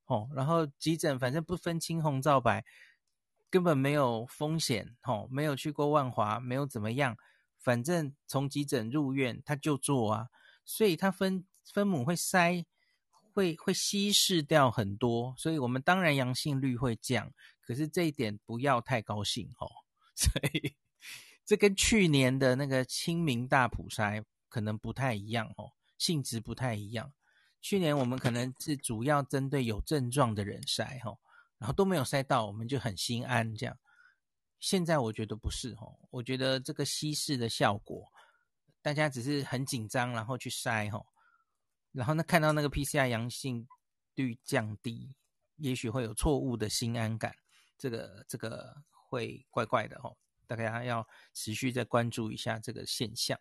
哦，然后急诊反正不分青红皂白，根本没有风险，哦，没有去过万华，没有怎么样，反正从急诊入院他就做啊，所以他分分母会筛，会会稀释掉很多，所以我们当然阳性率会降，可是这一点不要太高兴哦，所以这跟去年的那个清明大普筛可能不太一样哦，性质不太一样。去年我们可能是主要针对有症状的人筛哦，然后都没有筛到，我们就很心安这样。现在我觉得不是哦，我觉得这个稀释的效果，大家只是很紧张，然后去筛哦，然后呢看到那个 P C R 阳性率降低，也许会有错误的心安感，这个这个会怪怪的哦，大家要持续再关注一下这个现象。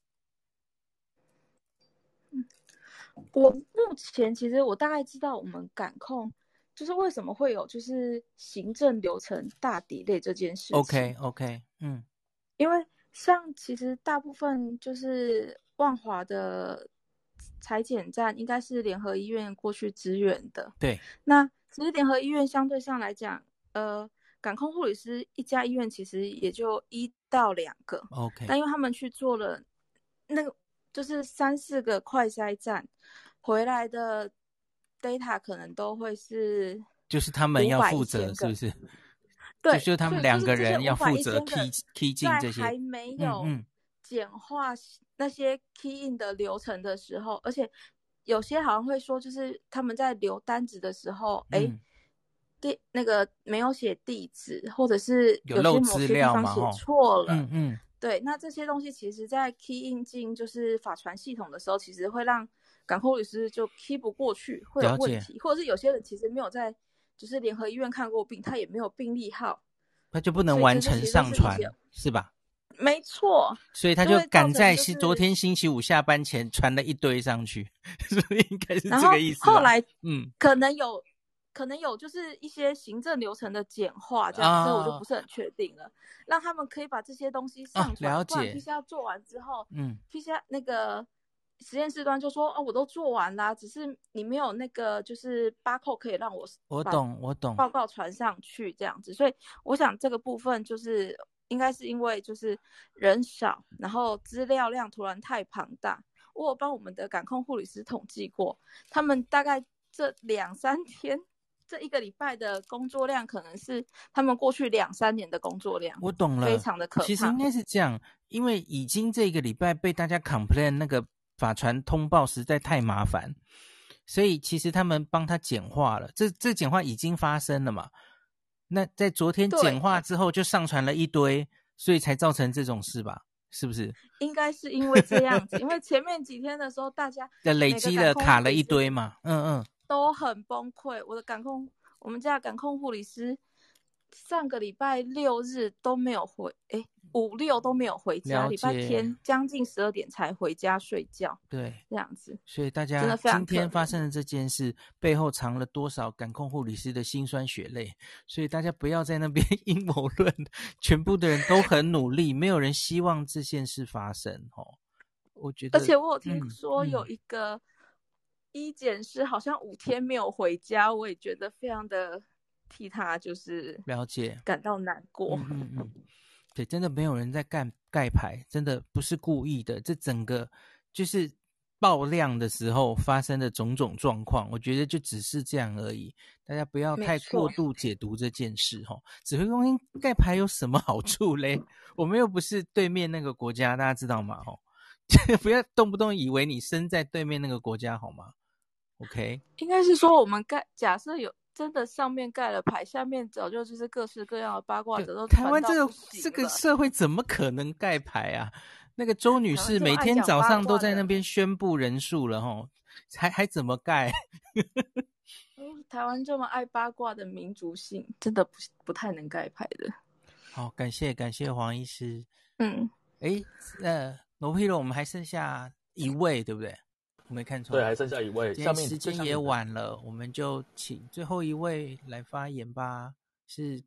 我目前其实我大概知道我们感控就是为什么会有就是行政流程大delay这件事情。 OK OK 嗯， 因为像其实大部分就是万华的采检站应该是联合医院过去支援的， 对， 那其实联合医院相对上来讲呃感控护理师一家医院其实也就一到两个 OK， 但因为他们去做了那个就是三四个快筛站回来的 data 可能都会是就是他们要负责是不是？ 对， 就是他们两个人要负责 key key 进这些， 在还没有简化那些 key in 的流程的时候，嗯嗯、而且有些好像会说，就是他们在留单子的时候，哎、嗯，地那个没有写地址，或者是有些某些地方写错了， 嗯嗯， 对，那这些东西其实在 key in 进就是法传系统的时候，其实会让感控护理师就 key 不过去，会有问题，或者是有些人其实没有在就是联合医院看过病，他也没有病历号， 他就不能完成上传，是吧？ 没错， 所以他就赶在昨天星期五下班前传了一堆上去，所以应该是这个意思。 后来， 嗯， 可能有，可能有就是一些行政流程的简化，这样，所以我就不是很确定了。让他们可以把这些东西上传， 了解。 不然 P C R 做完之后， 嗯 ，P C R 那个实验室端就说，哦，我都做完啦，只是你没有那个就是巴扣可以让我， 我懂，我懂， 报告传上去这样子。所以我想这个部分就是。应该是因为就是人少，然后资料量突然太庞大。我有帮我们的感控护理师统计过，他们大概这两三天，这一个礼拜的工作量，可能是他们过去两三年的工作量。 我懂了， 非常的可怕。 其实应该是这样，因为已经这个礼拜被大家 complain 那个法传通报实在太麻烦，所以其实他们帮他简化了，这这简化已经发生了嘛。那在昨天简化之后就上传了一堆，所以才造成这种事吧，是不是？ 应该是因为这样子，因为前面几天的时候大家累积了卡了一堆嘛，嗯嗯， 都很崩溃。我的感控，我们家的感控护理师上个礼拜六日都没有回，诶五六都没有回家，礼拜天将近十二点才回家睡觉。 对， 这样子。 所以大家今天发生的这件事背后藏了多少感控护理师的辛酸血泪？所以大家不要在那边阴谋论，全部的人都很努力，没有人希望这件事发生哦。我觉得， 而且我有听说有一个医检师好像五天没有回家，我也觉得非常的替他就是了解感到难过。 嗯嗯嗯。对，真的没有人在盖盖牌，真的不是故意的。这整个就是爆量的时候发生的种种状况，我觉得就只是这样而已。大家不要太过度解读这件事哈。指挥中心盖牌有什么好处嘞？我们又不是对面那个国家，大家知道吗？哈，不要动不动以为你身在对面那个国家好吗 ？OK， 应该是说我们盖假设有。真的上面盖了牌，下面早就就是各式各样的八卦者都台湾这个这个社会怎么可能盖牌啊？那个周女士每天早上都在那边宣布人数了齁，还还怎么盖？ 台湾这么爱八卦的民族性，真的不不太能盖牌的。 好，感谢感谢黄医师。 嗯， 哎，呃，罗皮罗，我们还剩下一位，对不对？我没看错， 对，还剩下一位。 今天时间也晚了，我们就请最后一位来发言吧。是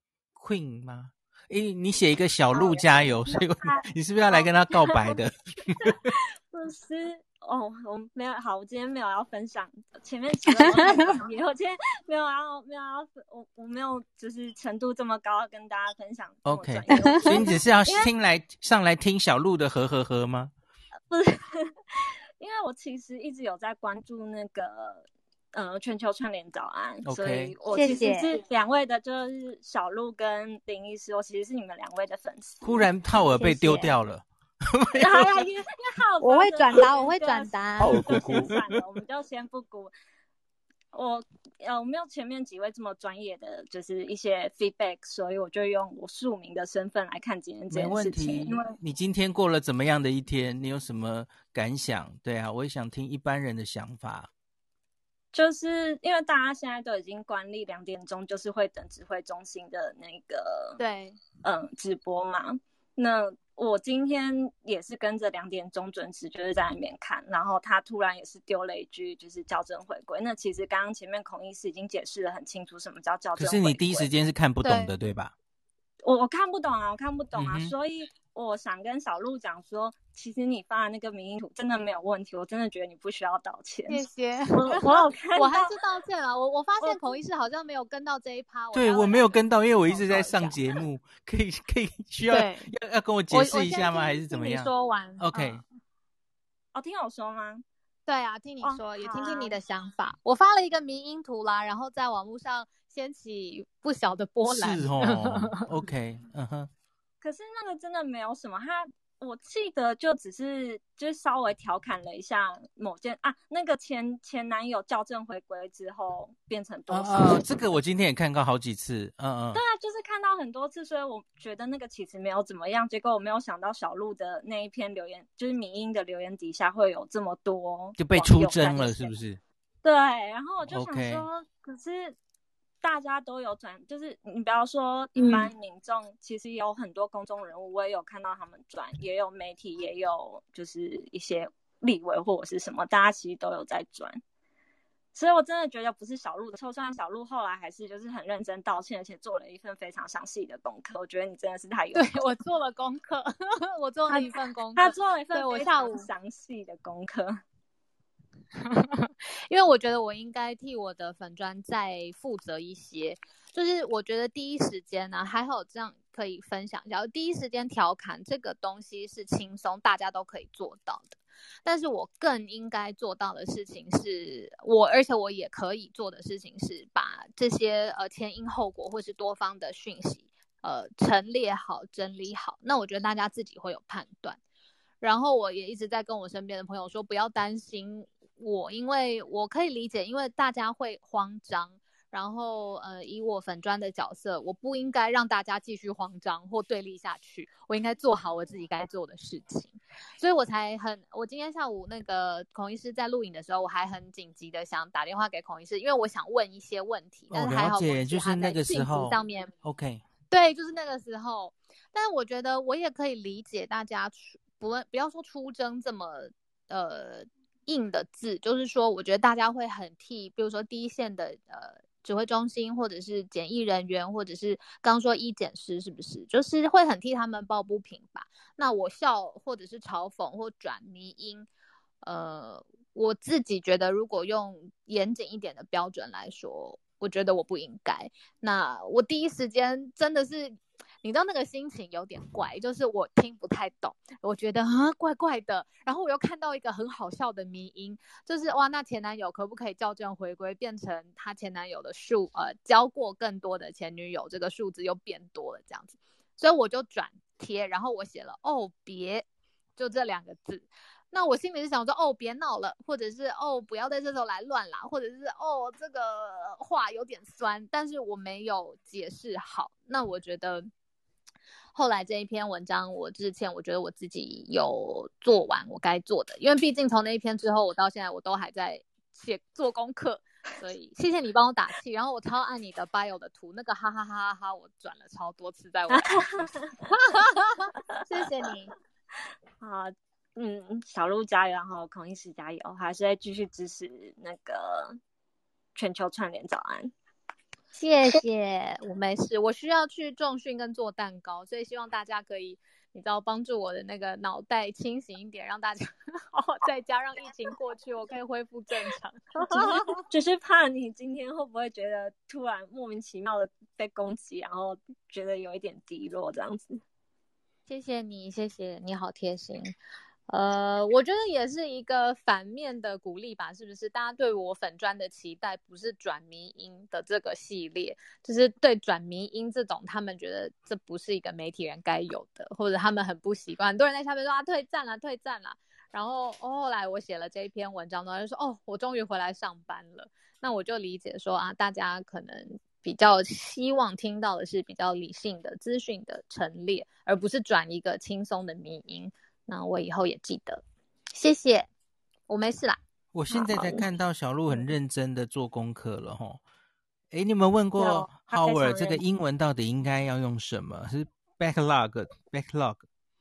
Queen 吗？诶，你写一个小鹿加油，所以你是不是要来跟他告白的？ 不是， 哦，我没有好，我今天没有要分享，前面几个都太专业，我今天没有要没有要我我没有就是程度这么高跟大家分享这么专业。 OK， 所以你只是要听来上来听小鹿的呵呵呵吗？ 不是，因为我其实一直有在关注那个呃全球串联早安， okay. 所以我其实是两位的，就是小鹿跟林医师，我其实是你们两位的粉丝。 忽然浩尔被丢掉了。 谢谢因为浩我会转达，我会转达。 浩尔姑姑算了，我们就先不估。我呃我没有前面几位这么专业的，就是一些 feedback， 所以我就用我庶民的身份来看今天这件事情。 没问题，你今天过了怎么样的一天？你有什么感想？对啊，我也想听一般人的想法。 就是因为大家现在都已经惯例两点钟就是会等指挥中心的那个对嗯直播嘛，那我今天也是跟着两点钟准时就是在那边看，然后他突然也是丢了一句就是校正回归。那其实刚刚前面孔医师已经解释得很清楚什么叫校正回归，可是你第一时间是看不懂的 对, 对吧？ 我我看不懂啊，我看不懂啊、 嗯、 所以我想跟小鹿讲说，其实你发的那个迷因图真的没有问题，我真的觉得你不需要道歉。 谢谢。 我我有看到， 我还是道歉了。我我发现孔医师好像没有跟到这一趴。 对，我没有跟到，因为我一直在上节目，可以可以需要要要跟我解释一下吗？还是怎么样？ 你说完 ，OK。 嗯、哦，听我说吗？ 对啊，听你说， 哦、 也听听你的想法。我发了一个迷因图啦，然后在网络上掀起不小的波澜。 是哦，OK， 嗯哼。 可是那个真的没有什么，他我记得就只是就稍微调侃了一下某件啊，那个前前男友校正回归之后变成多少？ 哦，这个我今天也看过好几次，嗯嗯。 对啊，就是看到很多次，所以我觉得那个其实没有怎么样。结果我没有想到小鹿的那一篇留言，就是迷因的留言底下会有这么多， 就被出征了，是不是？ 对，然后我就想说， okay. 可是。大家都有转，就是你不要说一般民众、嗯，其实有很多公众人物，我也有看到他们转，也有媒体，也有就是一些立委或者是什么，大家其实都有在转。所以我真的觉得不是小鹿的错，虽然小鹿后来还是就是很认真道歉，而且做了一份非常详细的功课。我觉得你真的是太有， 对我做了功课，我做了一份功课， 他做了一份非常详细的功课。 因为我觉得我应该替我的粉专再负责一些，就是我觉得第一时间呢、啊，还好这样可以分享一下，第一时间调侃这个东西是轻松，大家都可以做到的。但是我更应该做到的事情是我，而且我也可以做的事情是把这些呃前因后果或是多方的讯息呃陈列好、整理好。那我觉得大家自己会有判断。然后我也一直在跟我身边的朋友说，不要担心我，因为我可以理解，因为大家会慌张。然后呃，以我粉专的角色，我不应该让大家继续慌张或对立下去，我应该做好我自己该做的事情。所以我才很，我今天下午那个孔医师在录影的时候，我还很紧急的想打电话给孔医师，因为我想问一些问题，但是还好孔医师就是那个时候上面 OK， 对，就是那个时候。但是我觉得我也可以理解大家不不要说出征这么呃硬的字，就是说我觉得大家会很替，比如说第一线的呃。指挥中心或者是检疫人员，或者是刚说医检师，是不是就是会很替他们抱不平吧？那我笑或者是嘲讽或转迷因，呃，我自己觉得如果用严谨一点的标准来说，我觉得我不应该。那我第一时间真的是，你知道那个心情有点怪，就是我听不太懂，我觉得啊怪怪的，然后我又看到一个很好笑的迷因，就是哇，那前男友可不可以校正回归，变成他前男友的数，呃，交过更多的前女友，这个数字又变多了这样子，所以我就转贴，然后我写了哦别，就这两个字。那我心里是想说，哦，别闹了，或者是哦，不要在这时候来乱啦，或者是哦，这个话有点酸，但是我没有解释好。那我觉得后来这一篇文章我致歉，我觉得我自己有做完我该做的，因为毕竟从那一篇之后，我到现在我都还在写做功课，所以谢谢你帮我打气。然后我超爱你的 bio 的图，那个哈哈哈哈哈，我转了超多次在我谢谢你。 好。嗯，小鹿加油，然后孔医师加油，还是会继续支持那个全球串联早安。 谢谢，我没事，我需要去重训跟做蛋糕，所以希望大家可以你知道帮助我的那个脑袋清醒一点，让大家好好在家，让疫情过去，我可以恢复正常。 只是只是怕你今天会不会觉得突然莫名其妙的被攻击，然后觉得有一点低落这样子。 谢谢你，谢谢你，好贴心。呃，我觉得也是一个反面的鼓励吧，是不是？大家对我粉专的期待不是转迷因的这个系列，就是对转迷因这种，他们觉得这不是一个媒体人该有的，或者他们很不习惯。很多人在下面说啊，退战了，退战了。然后、哦、后来我写了这一篇文章，然后就说哦，我终于回来上班了。那我就理解说啊，大家可能比较希望听到的是比较理性的资讯的陈列，而不是转一个轻松的迷因。那我以后也记得，谢谢，我没事啦。 我现在才看到小鹿很认真的做功课了齁。诶，你有没有问过 Howard 这个英文到底应该要用什么？是 backlog backlog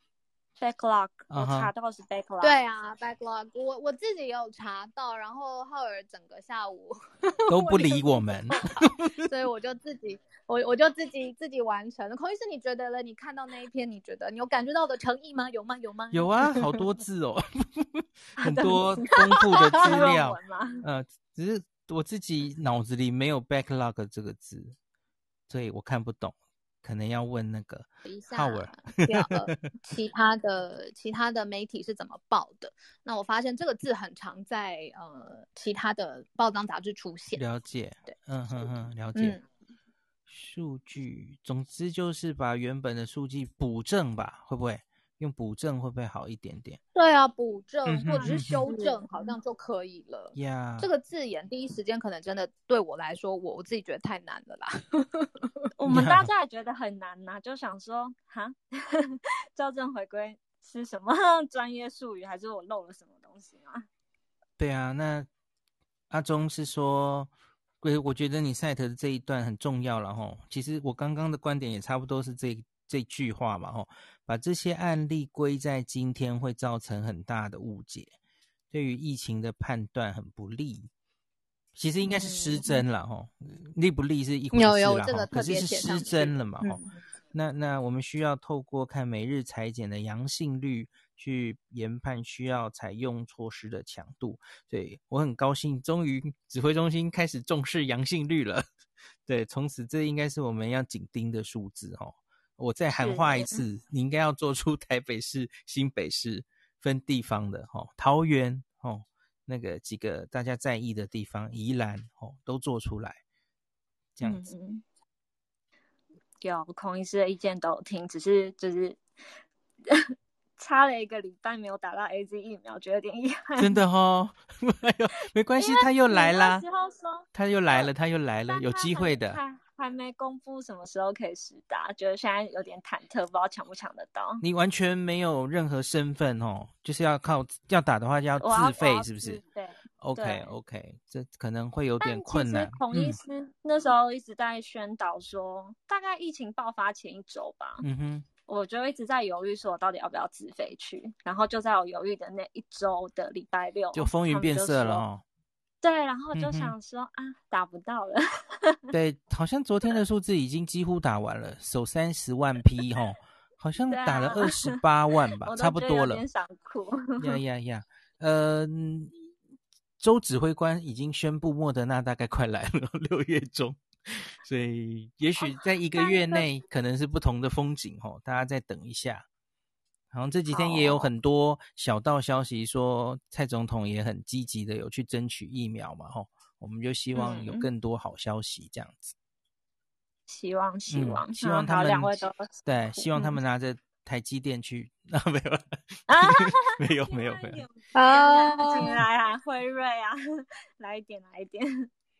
backlog， uh-huh. 我查到是 backlog。 对啊 backlog， 我我自己也有查到，然后浩尔整个下午都不理我们， 所以我就自己我我就自己自己完成了。孔医师，你觉得了？你看到那一篇，你觉得你有感觉到我的诚意吗？有吗？有吗？ 有啊，好多字哦，很多丰富的资料。呃，只是我自己脑子里没有 backlog 这个字，所以我看不懂。可能要问那个 Howard 其他的其他的媒体是怎么报的。那我发现这个字很常在呃其他的报章杂志出现。 了解， 对， 嗯哼哼，了解。嗯、数据，总之就是把原本的数据补正吧，会不会用补正会不会好一点点？ 对啊，补正、嗯、或者是修正，好像就可以了。 呀、 yeah. 这个字眼第一时间可能真的对我来说，我我自己觉得太难了啦。 我们大家也觉得很难呐、啊，就想说，哈，校正回归是什么专业术语，还是我漏了什么东西吗？ 对啊，那阿中是说，我觉得你赛特的这一段很重要了齁。其实我刚刚的观点也差不多是这这句话嘛齁，把这些案例归在今天会造成很大的误解，对于疫情的判断很不利。其实应该是失真了齁、嗯，利不利是一回事啦， 有有这个可是是失真了嘛齁、嗯。那那我们需要透过看每日采检的阳性率去研判需要采用措施的强度。对，我很高兴，终于指挥中心开始重视阳性率了。对，从此这应该是我们要紧盯的数字齁。我再喊话一次，你应该要做出台北市、新北市分地方的齁，桃园齁。那个几个大家在意的地方，宜兰哦，都做出来，这样子。 嗯、有孔医师的意见都有听，只是就是差了一个礼拜没有打到 A Z 疫苗，觉得有点遗憾。 真的哦，哎呦，没关系，他又来啦，他又来了，他又来了，有机会的。 还还没公布什么时候可以实打，觉得现在有点忐忑，不知道抢不抢得到。 你完全没有任何身份哦，就是要靠要打的话要自费，是不是？ 对 ，OK OK， 这可能会有点困难。 但其实孔医师、嗯、那时候一直在宣导说，大概疫情爆发前一周吧， 嗯哼， 我就一直在犹豫说我到底要不要自费去，然后就在我犹豫的那一周的礼拜六， 就风云变色了哦。 对，然后就想说、嗯、啊，打不到了。 对，好像昨天的数字已经几乎打完了，首三十万批齁，好像打了二十八万吧， 啊、 差不多了。 有点想哭。 呀呀呀，呃，周指挥官已经宣布莫德纳大概快来了，六月中，所以也许在一个月内可能是不同的风景齁，大家再等一下。好像这几天也有很多小道消息说蔡总统也很积极的有去争取疫苗嘛齁，我们就希望有更多好消息这样子。 希望希望、 嗯、希望他们两位都对，希望他们拿着台积电去、嗯、啊没有啊没有没有没有啊，进来啊辉瑞啊，来一点来一点。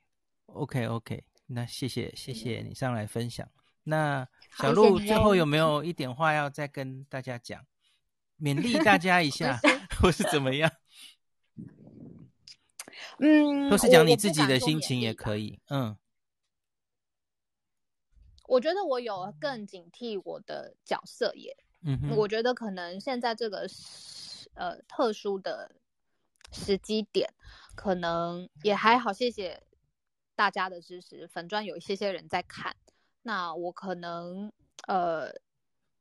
OK OK， 那谢谢谢谢你上来分享。那小鹿最后有没有一点话要再跟大家讲，勉励大家一下或是怎么样？ 嗯， 或是讲你自己的心情也可以。嗯， 我觉得我有更警惕我的角色耶。 嗯哼， 我觉得可能现在这个呃特殊的时机点，可能也还好。谢谢大家的支持，粉专有一些些人在看。那我可能呃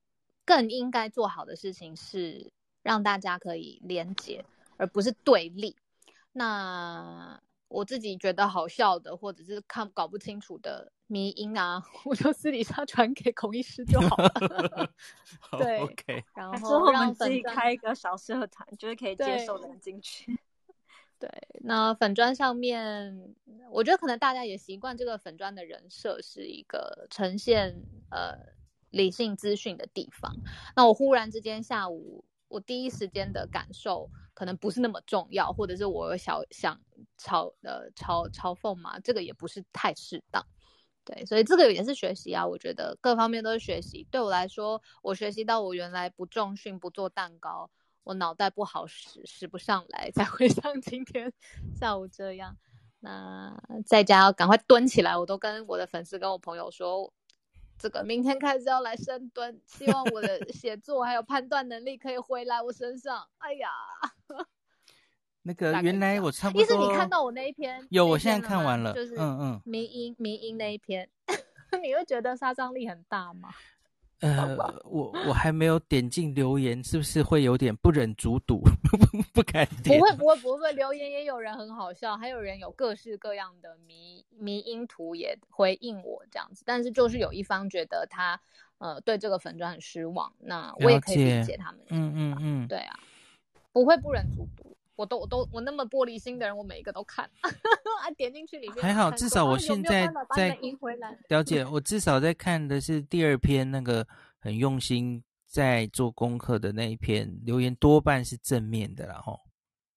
更应该做好的事情是让大家可以连结，而不是对立。那我自己觉得好笑的，或者是看搞不清楚的迷因啊，我就私底下传给孔医师就好了。对 ，OK。 然之后我后让们自己粉专开一个小社团，就是可以接受的人进去。 对，那粉专上面，我觉得可能大家也习惯这个粉专的人设是一个呈现呃理性资讯的地方。那我忽然之间下午，我第一时间的感受可能不是那么重要，或者是我有小想嘲呃嘲嘲讽嘛，这个也不是太适当。对，所以这个也是学习啊，我觉得各方面都是学习。对我来说，我学习到我原来不重训不做蛋糕，我脑袋不好使，使不上来，才会像今天下午这样。那在家要赶快蹲起来，我都跟我的粉丝跟我朋友说，这个明天开始要来深蹲，希望我的写作还有判断能力可以回来我身上。哎呀， 那个原来我差不多， 意思你看到我那一篇， 有， 那我现在看完了，就是嗯嗯， 迷因迷因那一篇，你会觉得杀伤力很大吗？ 呃，我我还没有点进留言，是不是会有点不忍卒睹，不敢点？ 不会不会不会，留言也有人很好笑，还有人有各式各样的迷迷因图也回应我这样子，但是就是有一方觉得他呃对这个粉专很失望，那我也可以理解他们。 嗯嗯嗯， 对啊，不会不忍卒睹，我都我都我那么玻璃心的人，我每一个都看，啊点进去里面还好，至少我现在在了解，我至少在看的是第二篇那个很用心在做功课的那一篇，留言多半是正面的啦齁。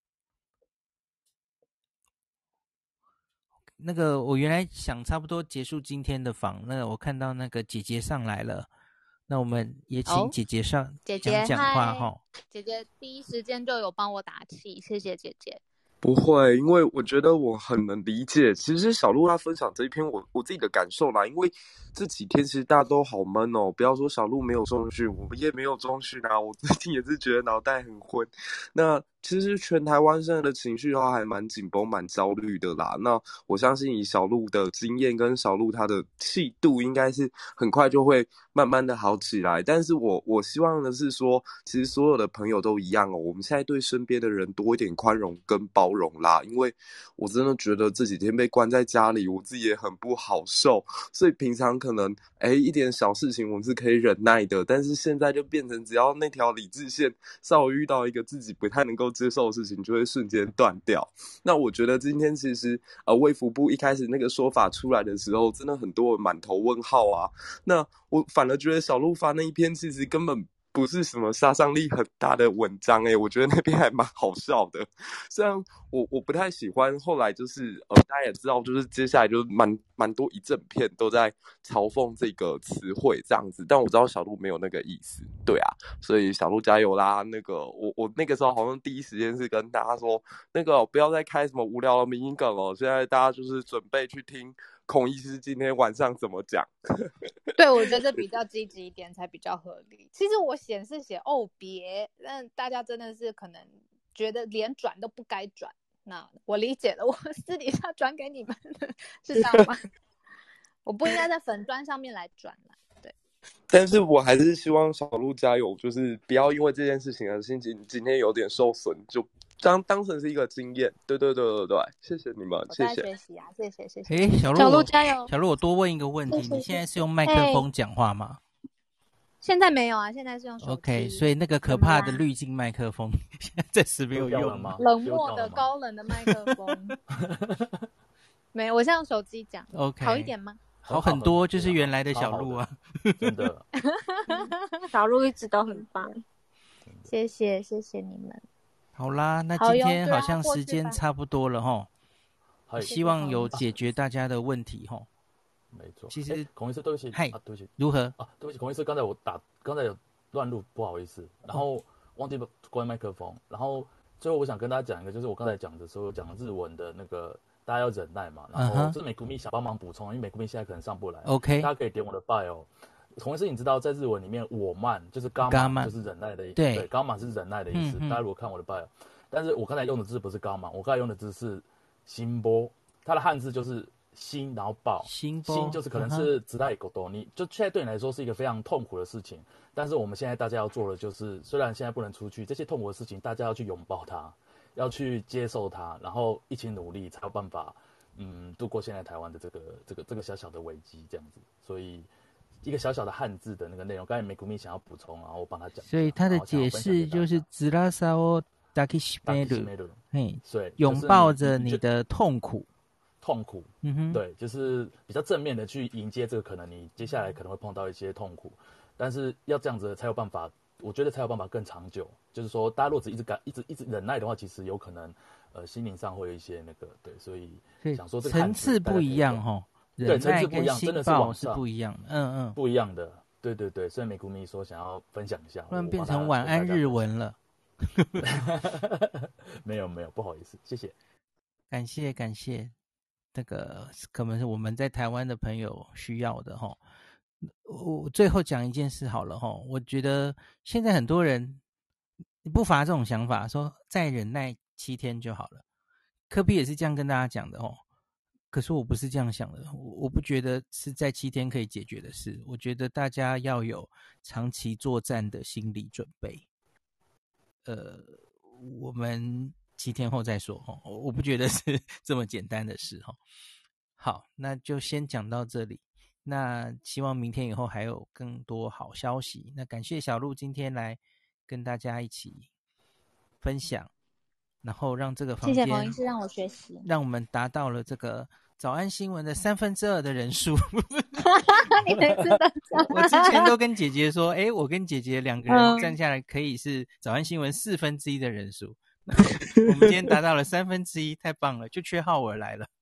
那个我原来想差不多结束今天的访，那我看到那个姐姐上来了，那我们也请姐姐上、哦、 姐姐讲讲话齁。 姐姐第一时间就有帮我打气，谢谢姐姐。 不会，因为我觉得我很能理解。其实小鹿她分享这一篇我我自己的感受啦，因为这几天其实大家都好闷哦。不要说小鹿没有重训，我们也没有重训啊。我最近也是觉得脑袋很昏。那其实全台湾现在的情绪的话还蛮紧绷、蛮焦虑的啦。那我相信以小鹿的经验跟小鹿她的气度，应该是很快就会慢慢的好起来。但是我我希望的是说，其实所有的朋友都一样哦。我们现在对身边的人多一点宽容跟包容啦，因为我真的觉得这几天被关在家里，我自己也很不好受。所以平常可能哎一点小事情我们是可以忍耐的，但是现在就变成只要那条理智线稍微遇到一个自己不太能够接受的事情，就会瞬间断掉。那我觉得今天其实呃卫福部一开始那个说法出来的时候，真的很多人满头问号啊。那我反而觉得小鹿发那一篇其实根本不是什么杀伤力很大的文章诶、欸，我觉得那边还蛮好笑的。虽然我我不太喜欢后来就是呃大家也知道，就是接下来就蛮蛮多一整片都在嘲讽这个词汇这样子，但我知道小鹿没有那个意思，对啊，所以小鹿加油啦！那个我我那个时候好像第一时间是跟大家说，那个不要再开什么无聊的迷因梗了，现在大家就是准备去听孔医师今天晚上怎么讲。 对，我觉得比较积极一点才比较合理。其实我显示写哦别，但大家真的是可能觉得连转都不该转。那我理解了，我私底下转给你们是这样吗？我不应该在粉专上面来转啦。对， 但是我还是希望小鹿加油，就是不要因为这件事情而心情今天有点受损，就当当成是一个经验。对对对对对，谢谢你们，谢谢。 我在学习啊，谢谢谢谢。 哎，小鹿， 小鹿加油！ 小鹿，我多问一个问题，谢谢你现在是用麦克风讲话吗？ 现在没有啊，现在是用手机。 OK， 所以那个可怕的滤镜麦克风现在暂时没有用吗？ 冷漠的高冷的麦克风。没有，我现在用手机讲。 OK， 好一点吗？ 好很多，就是原来的小鹿啊。 真的， 小鹿一直都很棒。 谢谢谢谢你们。 好啦，那今天好像时间差不多了齁，希望有解决大家的问题齁。 没错， 其实孔医师，对不起， 嗨、 啊，对不起， 如何啊？对不起，孔医师，刚才我打，刚才有乱录，不好意思，然后忘记关麦克风，然后最后我想跟大家讲一个，就是我刚才讲的时候讲日文的那个，大家要忍耐嘛，然后这是美国蜜想帮忙补充，因为美国蜜现在可能上不来 ，OK， 大家可以点我的 bio。孔医师，你知道在日文里面，我慢就是伽马，就是忍耐的意思，对，伽马是忍耐的意思。嗯嗯大家如果看我的 bio， 但是我刚才用的字不是伽马，我刚才用的字是心波，它的汉字就是心，然后爆心心就是可能是直带狗多，你就现在对你来说是一个非常痛苦的事情，但是我们现在大家要做的就是，虽然现在不能出去，这些痛苦的事情大家要去拥抱它，要去接受它，然后一起努力才有办法，嗯，度过现在台湾的这个这个这个小小的危机这样子。所以一个小小的汉字的那个内容，刚才美谷蜜想要补充，然后我帮他讲。 所以他的解释就是ズラさを抱きしめる，嘿， 对， 拥抱着你的痛苦。 痛苦，嗯哼，对，就是比较正面的去迎接这个可能你接下来可能会碰到一些痛苦，但是要这样子才有办法，我觉得才有办法更长久。就是说，大家如果只一直感一直一直忍耐的话，其实有可能呃心灵上会有一些那个对，所以想说这个层次不一样哈， 对，层次不一样，真的是往上是不一样的，嗯嗯， 不一样的，对对对。所以美谷蜜说想要分享一下， 不然变成晚安日文了。 没有没有，不好意思，谢谢， 感谢感谢。这个可能是我们在台湾的朋友需要的齁。我最后讲一件事好了齁，我觉得现在很多人不乏这种想法，说再忍耐七天就好了。科比也是这样跟大家讲的齁，可是我不是这样想的，我不觉得是在七天可以解决的事。我觉得大家要有长期作战的心理准备。呃，我们七天后再说，我不觉得是这么简单的事。好，那就先讲到这里，那希望明天以后还有更多好消息。那感谢小鹿今天来跟大家一起分享，然后让这个房间， 谢谢彭医师让我学习， 让我们达到了这个早安新闻的三分之二的人数。 你能知道我之前都跟姐姐说，诶，我跟姐姐两个人站下来可以是早安新闻四分之一的人数。我们今天达到了三分之一，太棒了，就缺浩尔来了。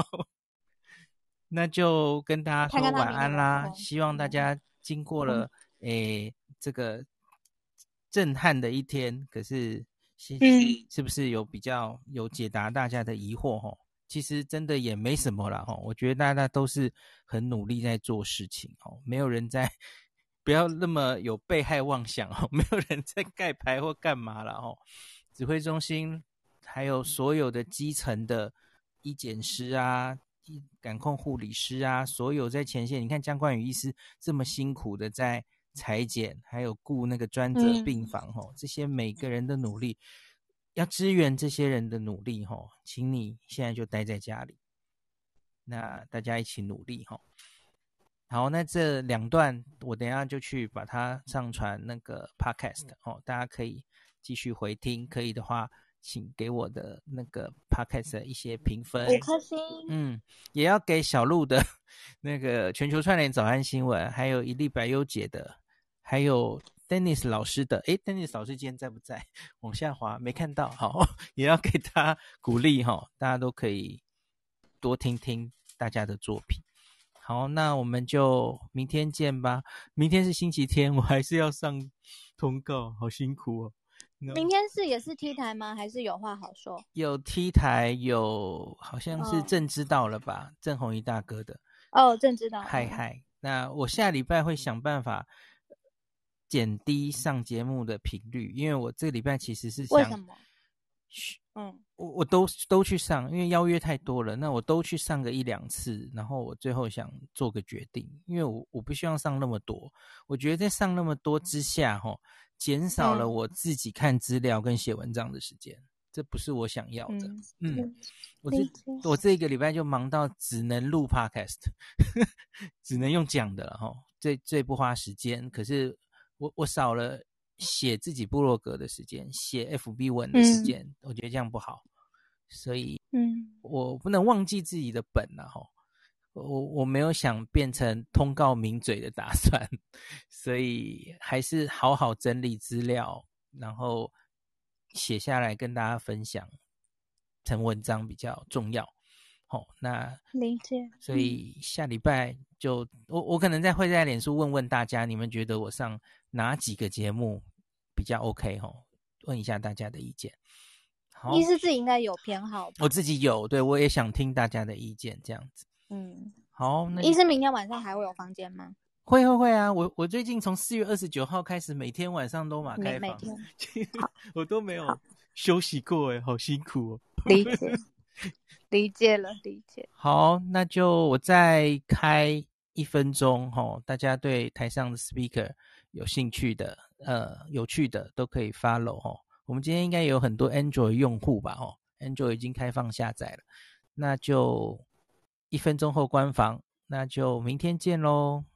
那就跟大家说晚安啦，希望大家经过了诶这个震撼的一天，可是是是不是有比较有解答大家的疑惑齁？其实真的也没什么啦齁，我觉得大家都是很努力在做事情齁，没有人在，不要那么有被害妄想齁，没有人在盖牌或干嘛啦齁。指挥中心还有所有的基层的医检师啊、感控护理师啊，所有在前线，你看江冠宇医师这么辛苦的在裁剪，还有顾那个专责病房、嗯、这些每个人的努力，要支援这些人的努力，请你现在就待在家里，那大家一起努力。好，那这两段我等一下就去把它上传那个 podcast、哦、大家可以继续回听，可以的话请给我的那个 podcast 的一些评分， 五颗星。 嗯，也要给小鹿的那个全球串联早安新闻，还有一粒百优姐的，还有 Dennis 老师的。诶 Dennis 老师今天在不在？往下滑没看到。好，也要给他鼓励齁，大家都可以多听听大家的作品。好，那我们就明天见吧。明天是星期天，我还是要上通告，好辛苦哦。 明天是也是 T 台吗？还是有话好说？ 有 T 台，有好像是郑知道了吧、哦、郑弘仪大哥的。 哦，郑知道。 嗨嗨，那我下礼拜会想办法减低上节目的频率，因为我这个礼拜其实是想， 为什么？嗯， 我我都都去上，因为邀约太多了，那我都去上个一两次，然后我最后想做个决定，因为我我不希望上那么多，我觉得在上那么多之下齁，减少了我自己看资料跟写文章的时间、嗯、这不是我想要的。嗯, 嗯我这我这个礼拜就忙到只能录 podcast 只能用讲的了齁，最最不花时间，可是我我少了写自己部落格的时间，写 F B 文的时间、嗯、我觉得这样不好，所以嗯，我不能忘记自己的本啊齁，我我没有想变成通告名嘴的打算，所以还是好好整理资料，然后写下来跟大家分享成文章比较重要。好，那理解。 所以下礼拜就我我可能再会在脸书问问大家，你们觉得我上哪几个节目比较 OK 齁？问一下大家的意见。好， 医师自己应该有偏好吧？ 我自己有，对，我也想听大家的意见，这样子。嗯，好，那医师明天晚上还会有房间吗？ 会会会啊！我我最近从四月二十九号开始，每天晚上都马开房， 每天我都没有休息过哎，好辛苦哦。 理解。 理解了，理解。 好，那就我再开一分钟齁，大家对台上的 speaker 有兴趣的呃有趣的都可以 follow 齁。我们今天应该有很多 Android 用户吧齁， Android 已经开放下载了，那就一分钟后关房，那就明天见咯。